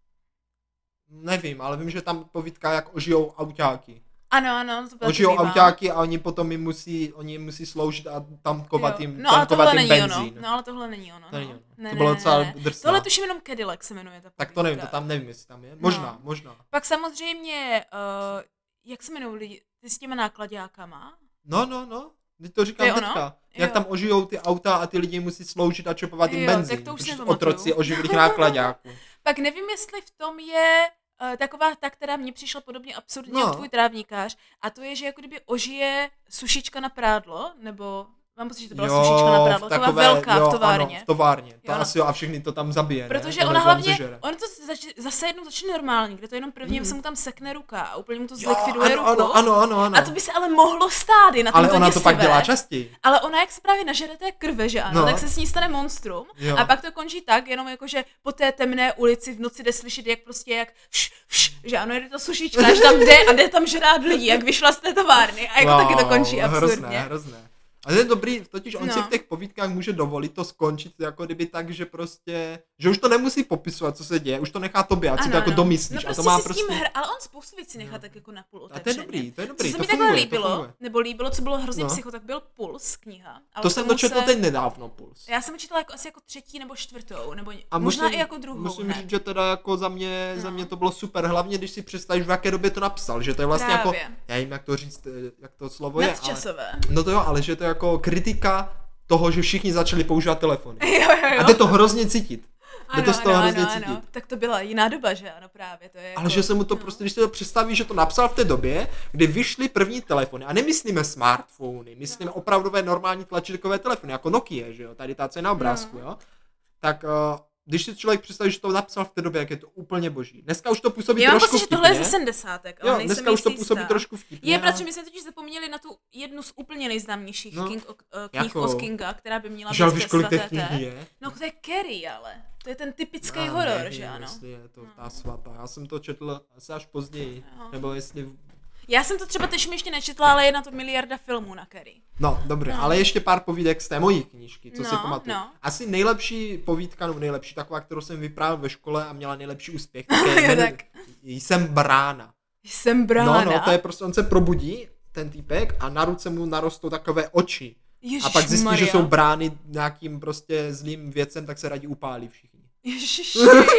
nevím, ale vím, že tam povídka, jak ožijou autáky. Ano, ano, to bylo Ožijou to bývá. autáky a oni potom jim musí, oni jim musí sloužit a tankovat Jo. jim, No ale tankovat tohle jim není benzín. ono. No ale tohle není ono. To není no. ono. Ne, To ne, bylo ne, docela ne, ne. drsná. Tohle tuším jenom Cadillac se jmenuje ta Tak to nevím, to povídka. tam nevím, jestli tam je. Možná, No. možná. Pak samozřejmě, uh, jak se jmenují lidi, ty s těma nákladákama? No, no, no. Teď to říkám To je ono? teďka. Jak Jo. tam ožijou ty auta a ty lidi musí sloužit a čopovat jim Jo, benzín. tak to už protože nepamatuju. otroci oživlých nákladáků. Pak nevím, jestli v tom je uh, taková ta, která mně přišla podobně absurdně No. jako tvůj trávníkář, a to je, že jako kdyby ožije sušička na prádlo, nebo mám pocit, že to byla sušička na prádlo, v taková takové- velká jo, v továrně. Ano, v továrně. To Jo, no. asi jo, a všechny to tam zabije, Protože ne? ona Tohle tam hlavně, zežere. ono to zač, zase jednou začne normálně, kde to jenom prvním Mhm. se mu tam sekne ruka a úplně mu to Jo, zlikviduje ano, ruku. ano, ano, ano, ano. A to by se ale mohlo stát i na Ale tomto ona to děsivé. pak dělá častěji. Ale ona, jak se právě nažere té krve, že ano, No. tak se s ní stane monstrum. Jo. A pak to končí tak, jenom jako, že po té temné ulici v noci jde slyšet, jak prostě, jak vš, vš, že ano, jde to sušička, že tam jde a jde tam žrát lidí, jak vyšla z té továrny. A jako Wow, taky to končí Hrozné, absurdně. hrozné. A to je dobrý, totiž on No. si v těch povídkách může dovolit to skončit jako kdyby tak, že prostě, že už to nemusí popisovat, co se děje, už to nechá tobě, ať si to jako domyslíš. No a prostě to má si s tím prostě... hr, ale on spoustu věcí nechá No. tak jako napůl A otevřeně. to je dobrý, to je dobrý, Co se to mi takhle funguje, to líbilo, funguje. nebo líbilo, co bylo hrozně No. psycho, tak byl Puls kniha. Ale To k jsem tomu dočetl se- teď nedávno, Puls. Já jsem ji četla jako, asi jako třetí nebo čtvrtou, nebo A možná musím, i jako druhou musím hned. říct, že teda jako za mě, No. za mě to bylo super, hlavně když si představíš, v jaké době to napsal, že to je vlastně Právě. jako, já nevím, jak to říct, eh, jak to slovo je, ale, Nadčasové. no to jo, ale že to je jako kritika toho, že všichni začali používat telefony. Jo, jo, jo. A jde to hrozně cítit. Jde to z toho hrozně ano, cítit. ano. Tak to byla jiná doba, že ano, právě. To je jako, Ale že se mu to no. prostě, když si to představí, že to napsal v té době, kdy vyšly první telefony, a nemyslíme smartfony, myslíme opravdové normální tlačítkové telefony, jako Nokia, že jo, tady ta cena obrázku, No. jo, tak uh, když si člověk představí, že to napsal v té době, jak je to úplně boží. Dneska už to působí Já mám trošku pocit, že vtipně. tohle je ze sedmdesátek, ale Jo, nejsem dneska už to jistý působí jistá. trošku vtipně. Je, ale- protože my jsme totiž zapomněli na tu jednu z úplně nejznámějších No, King, o, eh, knih jako- od Kinga, která by měla Žal, být víš, ve kolik těch svaté knih té. je? No to je Carrie, ale. To je ten typický Já horor, nevím, že ano. jestli je to No. ta svatá. Já jsem to četl asi až později. Jo. Nebo jestli... Já jsem to třeba teď ještě nečetla, ale je na to miliarda filmů na Carrie. No, dobré, No. ale ještě pár povídek z té mojí knížky, co si No, pamatuju. no. Asi nejlepší povídka, nebo nejlepší taková, kterou jsem vyprávěl ve škole a měla nejlepší úspěch, tak je, Jo, jmenuje- tak. Jsem brána. Jsem brána. No, no, to je prostě, on se probudí, ten týpek, a na ruce mu narostou takové oči. A pak zjistí, že Ježišmarja. jsou brány nějakým prostě zlým věcem, tak se radí upálí všichni. Ježiši.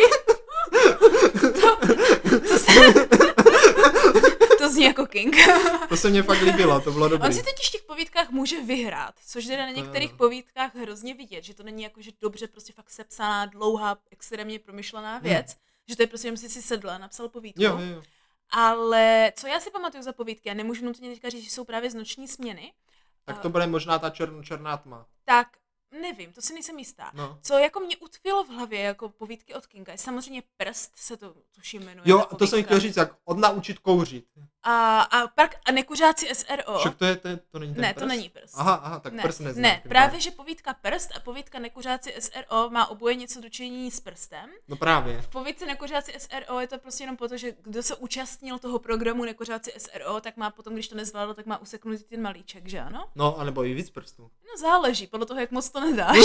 to, to, se... to zní jako King. To se mně fakt líbilo, to bylo dobré. On si totiž v těch povídkách může vyhrát, což jde na některých jo. povídkách hrozně vidět, že to není jako, že dobře prostě fakt sepsaná, dlouhá, extrémně promyšlená věc, že to je prostě, jenom si si sedl a napsal povídku. Jo, jo, jo. Ale co já si pamatuju za povídky, a nemůžu nutně teďka říct, že jsou právě z noční směny. Tak to bude možná ta čer, černá tma. Tak nevím, to si nejsem jistá. No. Co jako mě utkvělo v hlavě jako povídky od Kinga, je samozřejmě Prst, se to tuším jmenuje. Jo, to jsem chtěl říct, jak odnaučit kouřit. A, a pak a nekuřáci S R O. Však to je, to, je, to není ten Ne, prst? to není Prst. Aha, aha, tak ne, prst neznám. Ne, právě, že povídka Prst a povídka Nekuřáci S R O má oboje něco dočinění s prstem. No právě. V povídce Nekuřáci S R O je to prostě jenom proto, že kdo se účastnil toho programu Nekuřáci S R O, tak má potom, když to nezvládl, tak má useknutý ten malíček, že ano? No, anebo i víc prstů. No záleží, podle toho, jak moc to nedáš.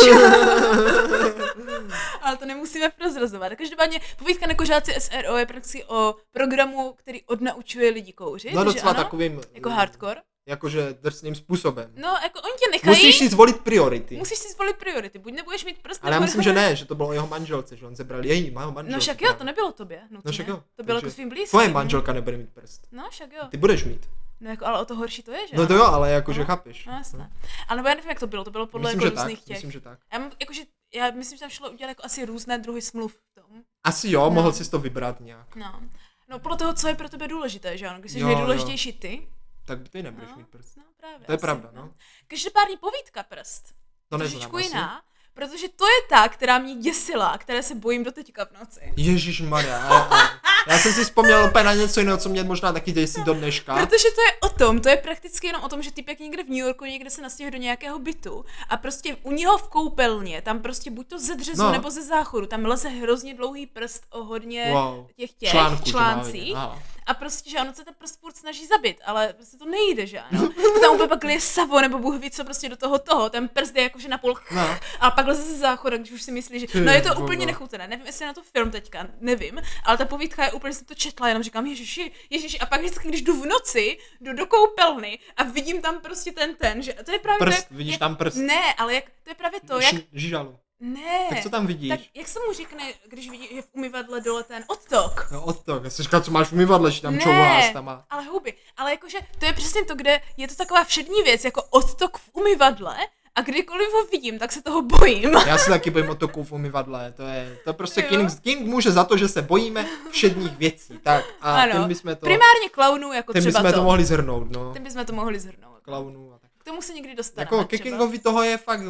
Ale to nemusíme prozrazovat. Každopádně povídka Nekuřáci S R O je prakticky o programu, který odnaučuje lidi kouřit. No docela ano? takovým... Jako hardcore. Jakože drsným způsobem. No, jako oni tě nechají. Musíš si zvolit priority. Musíš si zvolit priority. Buď nebudeš mít prst. Ale já myslím, že ne, že to bylo o jeho manželce, že on zebral její, má manželku. No však jo, to nebylo tobě. No, no však jo. To bylo jako svým blízkým. Tvoje manželka nebude mít prst. No však jo. Ty budeš mít. No jako, ale o to horší to je, že? No to jo, ale jakože no, chápeš. No jasně. No. Ale nebo já nevím, jak to bylo, to bylo podle myslím, jako že různých tak, těch. Myslím, že tak. Já, mám, jakože, já myslím, že tam šlo udělat jako asi různé druhy smluv v tom. Asi jo, no. mohl jsi to vybrat nějak. No. No podle toho, co je pro tebe důležité, že ano? Když jsi jo, nejdůležitější jo. ty. Tak ty nebudeš no, mít prst. No právě. To je asi, pravda, no. no. Každopádně povídka Prst. To trošičku neznám jiná. asi. Protože to je ta, která mě děsila a které se bojím do teďka v noci. Ježišmarja, já, já, já jsem si vzpomněl úplně na něco jiného, co mě možná taky děsí do dneška. Protože to je o tom, to je prakticky jenom o tom, že typek někde v New Yorku někde se nastěhuje do nějakého bytu a prostě u něho v koupelně, tam prostě buď to ze dřezu no. nebo ze záchodu, tam leze hrozně dlouhý prst o hodně wow. těch těch Článku, článcích. A prostě, že ono se ten prst furt snaží zabít, ale prostě to nejde, že ano. To tam úplně pak lije savo, nebo Bůh ví co prostě do toho toho, ten prst je jakože napůl no. A pak leze ze záchoda, když už si myslí, že no je to úplně nechutné, nevím, jestli na to film teďka, nevím, ale ta povídka je úplně, jsem to četla, jenom říkám, ježiši, ježiši, a pak vždycky, když jdu v noci, jdu do koupelny a vidím tam prostě ten ten, že to je právě prst, to, vidíš jak, tam prst. Ne, ale jak, to je právě to, jak... Žížalu. Ne. Tak co tam vidíš? Tak jak se mu řekne, když vidí, že v umyvadle dole ten odtok? No odtok, já si říkal, co máš v umyvadle, že tam čouváš tam a... ale huby, ale jakože to je přesně to, kde je to taková všední věc, jako odtok v umyvadle a kdykoliv ho vidím, tak se toho bojím. Já se taky bojím odtoků v umyvadle, to je, to prostě King, King může za to, že se bojíme všedních věcí, tak a ano. tím bychom to... Primárně klaunů, jako tím třeba bychom to. to mohli zhrnout, no. Tím bychom to mohli zhrnout. Klaunů a tak. K tomu se někdy dostaneme. Jako ke Kingovi toho je fakt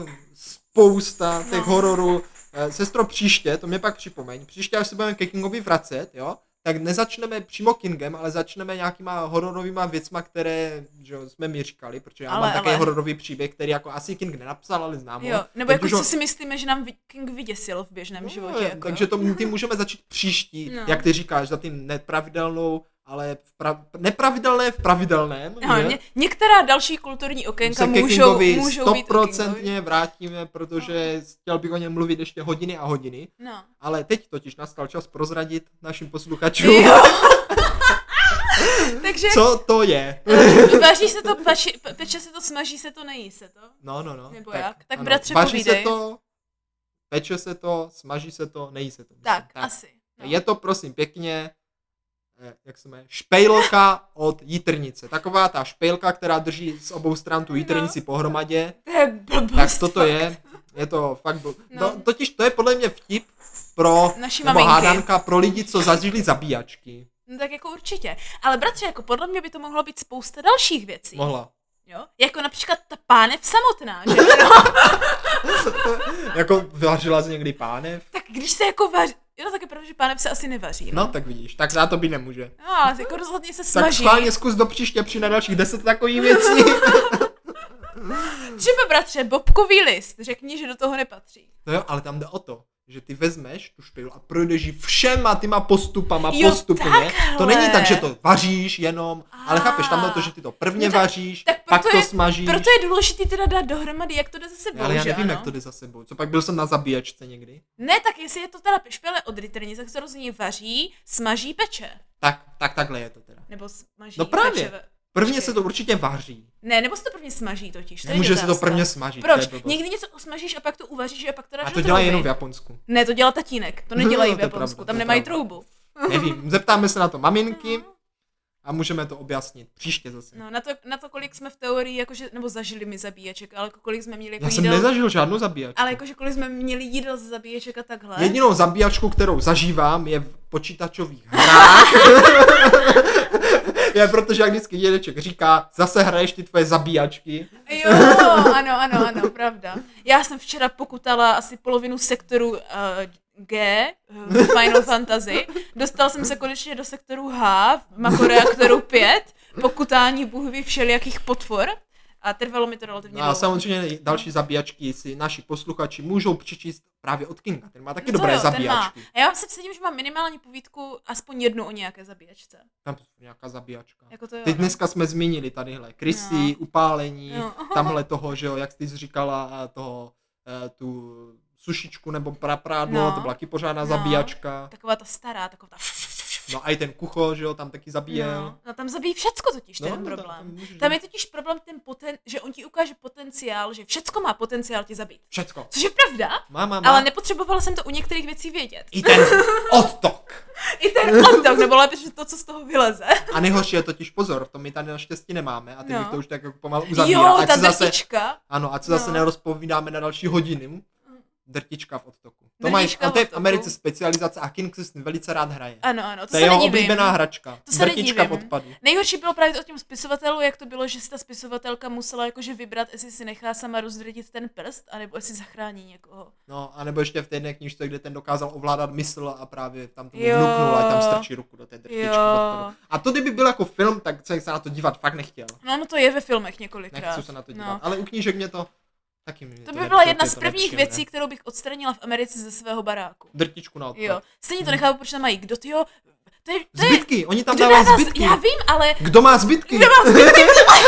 spousta těch no. hororů. Sestro, příště, to mě pak připomeň, příště, až se budeme ke Kingovi vracet, jo, tak nezačneme přímo Kingem, ale začneme nějakýma hororovýma věcma, které, že jo, jsme mi říkali, protože já ale, mám takový hororový příběh, který jako asi King nenapsal, ale znám ho. Jo, nebo jako co ho... si myslíme, že nám King vyděsil v běžném no, životě. Jako. Takže to tím můžeme začít příští, no. jak ty říkáš, za tím nepravidelnou, ale v pra... nepravidelné v pravidelném. No, ně, některá další kulturní okénka můžou, můžou být stoprocentně vrátíme, protože no. chtěl bych o něm mluvit ještě hodiny a hodiny. No. Ale teď totiž nastal čas prozradit našim posluchačům. Takže, co to je? Vaří se to, pači, peče se to, smaží se to, nejí se to? No, no, no. Nebo tak, jak? Tak ano, bratře vaří povídej. se to, peče se to, smaží se to, nejí se to. Tak, tak, asi. No. Je to prosím pěkně, jak se jmenuje, špejlka od jitrnice. Taková ta špejlka, která drží z obou stran tu jitrnici no. pohromadě. To je blbost. Tak toto je, je to fakt blb... no. To, totiž to je podle mě vtip pro, naši nebo maminky. hádanka pro lidi, co zažili zabíjačky. No tak jako určitě. Ale bratře, jako podle mě by to mohlo být spousta dalších věcí. Mohla. Jo? Jako například ta pánev samotná, že? No. Jako vařila jsi někdy pánev? Tak když se jako vaří... Jo, tak je pravda, že pánev se asi nevaří. No, no tak vidíš, tak za to by nemůže. No, ale jako rozhodně se smaží. Tak schválně zkus do příště při na dalších deset takových věcí. Třeba bratře, bobkový list, řekni, že do toho nepatří. No jo, ale tam jde o to, že ty vezmeš tu špejlu a projdeš ji všema tyma postupama jo, postupně. Takhle. To není tak, že to vaříš jenom, a, ale chápeš, tam jde to, že ty to prvně no tak, vaříš, tak pak to je, smažíš. Proto je důležitý teda dát dohromady, jak to jde za sebou, ale já nevím, ano? jak to jde za sebou. Co pak byl jsem na zabíjačce někdy? Ne, tak jestli je to teda špele od rytrnice, tak se rozhodně vaří, smaží, peče. Tak, tak takhle je to teda. Nebo smaží, no právě. peče. Prvně Počkej. se to určitě vaří. Ne, nebo se to prvně smaží totiž. Nemůže se to prvně smažit. Proč? Někdy něco osmažíš a pak to uvaříš a pak to dáš do trouby. A to dělají jenom v Japonsku. Ne, to dělá tatínek. To nedělají no, v Japonsku. Pravda, tam nemají pravda. troubu. Nevím, zeptáme se na to maminky. A můžeme to objasnit příště zase. No, na to, na to, kolik jsme v teorii, jakože, nebo zažili my zabíječek, ale kolik jsme měli jako Já jsem jídel, nezažil žádnou zabíjačku. ale jakože kolik jsme měli jídel z zabíječek a takhle. Jedinou zabíjačku, kterou zažívám, je v počítačových hrách. Je, protože jak vždycky dědeček říká, zase hraješ ty tvoje zabíjačky. Jo, ano, ano, ano, pravda. Já jsem včera pokutala asi polovinu sektoru uh, G v Final Fantasy. Dostal jsem se konečně do sektoru H v Makoreaktoru pět, pokutání Bůh ví všelijakých potvor. A trvalo mi to relativně No a dlouho. samozřejmě další zabíjačky si naši posluchači můžou přečíst právě od Kinga. Ten má taky No to dobré jo, ten zabíjačky. má. A já si vsadím, že mám minimální povídku aspoň jednu o nějaké zabíjačce. Tam nějaká zabíjačka. Jako to jo, Teď no. dneska jsme zmínili tadyhle krysy, No. upálení, No. tamhle toho, že jo, jak jsi říkala, eh, toho, eh, tu sušičku nebo praprádlo, No. to byla taky pořádná No. zabíjačka. Taková ta stará, taková ta... No a i ten kucho, že jo, tam taky zabíjel. No, no tam zabíjí všecko totiž, to je No, ten no, tam- problém. tam můžeš- Tam je totiž problém ten poten, že on ti ukáže potenciál, že všecko má potenciál tě zabít. Všecko. Což je pravda, Má, má, má. ale nepotřebovala jsem to u některých věcí vědět. I ten odtok. I ten odtok, nebo lépe, že to, co z toho vyleze. A nejhorší je totiž pozor, to my tady naštěstí nemáme a teď No. bych to už tak jako pomalu uzavírá. Jo, ať ta se zase, drtička. ano, ať se zase No. nerozpovídáme na další hodiny. Drtička v odtoku. To, mají, Drtička a to je v v odtoku. Americe specializace a King se s tím velice rád hraje. Ano, ano, to, To se je jeho nedivím. oblíbená hračka. To se Drtička v nedivím. odpadu. Nejhorší bylo právě od těm spisovatelů, jak to bylo, že si ta spisovatelka musela jakože vybrat, jestli si nechá sama rozdrtit ten prst, anebo jestli zachrání někoho. No, a nebo ještě v té jedné knížce, kde ten dokázal ovládat mysl a právě tam tomu Jo. vnuknul a tam strčí ruku do té drtičky Jo. v odpadu. A to kdyby byl jako film, tak jsem se na to dívat fakt nechtěl. No, no to je ve filmech několikrát. Nechci se na to dívat. No. Ale u knížek mě to taky mě To by nepřijde, byla jedna je z to prvních nepříjemné. věcí, kterou bych odstranila v Americe ze svého baráku. Drtičku na odpad. Jo. Stejně to nechápu, proč tam mají. Kdo ty jo? To je, to je, Zbytky, oni tam kdo dávají dává, zbytky. já vím, ale Kdo má zbytky? kdo má zbytky?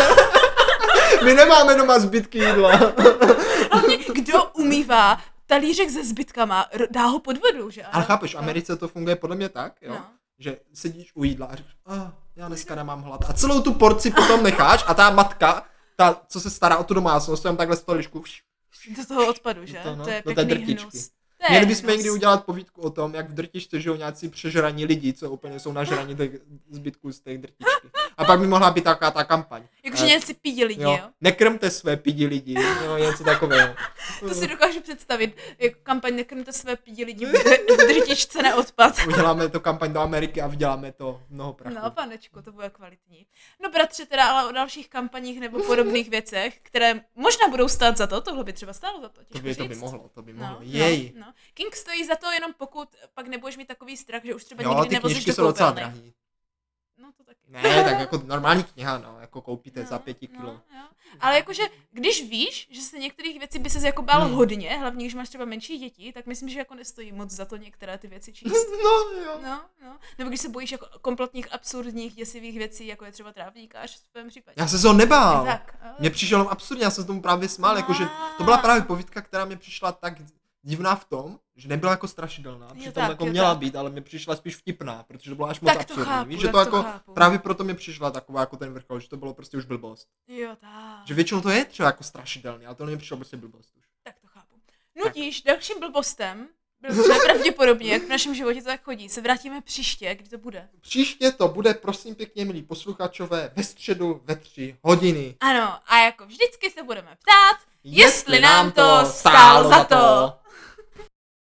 My nemáme doma zbytky jídla. Hlavně, kdo umývá talířek se zbytkama, r- dá ho pod vodu, že? Ale chápeš, v Americe to funguje podle mě tak, jo? No. Že sedíš u jídla a říkáš, ah, já dneska nemám hlad. A celou tu porci potom necháš a ta matka, ta, co se stará o tu domácnost, tam takhle stoličku. Do toho odpadu, že? To, no, to je do té pěkný drtičky. hnus. To je Měli bychom hnus. někdy udělat povídku o tom, jak v drtičce žijou nějací přežraní lidi, co úplně jsou nažraní těch zbytků z té drtičky. A pak by mohla být taková ta kampaň. Jakože Eh, nějací pidi lidi, jo? jo. Nekrmte své pidi lidi, jo, něco takového. To si dokážu představit, jako kampaň Nekrmte své pidi lidi v dr- v drtičce na odpad. Uděláme to kampaň do Ameriky a vyděláme to mnoho prachu. No, panečku, to bude kvalitní. No, bratře, teda ale o dalších kampaních nebo podobných věcech, které možná budou stát za to, tohle by třeba stálo za to. To těžko by, to by říct. mohlo, to by No, mohlo. no, Jej. no. King stojí za to jenom pokud pak nebudeš mít takový strach, že už třeba Jo, nikdy ty nevozíš knížky do jsou docela koupelny. drahý. No, to taky. Ne, tak jako normální kniha, no, jako koupíte No, za pěti kilo. No, jo. Ale jakože, když víš, že se některých věcí by se jako bál Hmm. hodně, hlavně když máš třeba menší děti, tak myslím, že jako nestojí moc za to některé ty věci číst. No, jo. No, no. Nebo když se bojíš jako kompletních absurdních děsivých věcí, jako je třeba trávníkář v tvém případě. Já se toho nebál. Tak, ale... Mně přišlo jenom absurdně, já jsem tomu právě smál, jakože to byla právě povídka, která mě přišla tak divná v tom, že nebyla jako strašidelná, přitom tak, jako jo, měla tak. být, ale mě přišla spíš vtipná, protože to byla až moc Tak to absurdní. chápu, Víš, že tak to to jako chápu. právě proto mi přišla taková jako ten vrchol, že to bylo prostě už blbost. Jo, tak. Že většinou to je třeba jako strašidelný, ale to mě přišlo prostě blbost už. Tak to chápu. Nutíš dalším blbostem, protože pravděpodobně, jak v našem životě to tak chodí, se vrátíme příště, kdy to bude. Příště to bude, prosím pěkně, milí posluchačové, ve středu ve tři hodiny. Ano, a jako vždycky se budeme ptát, jestli nám to stálo za to.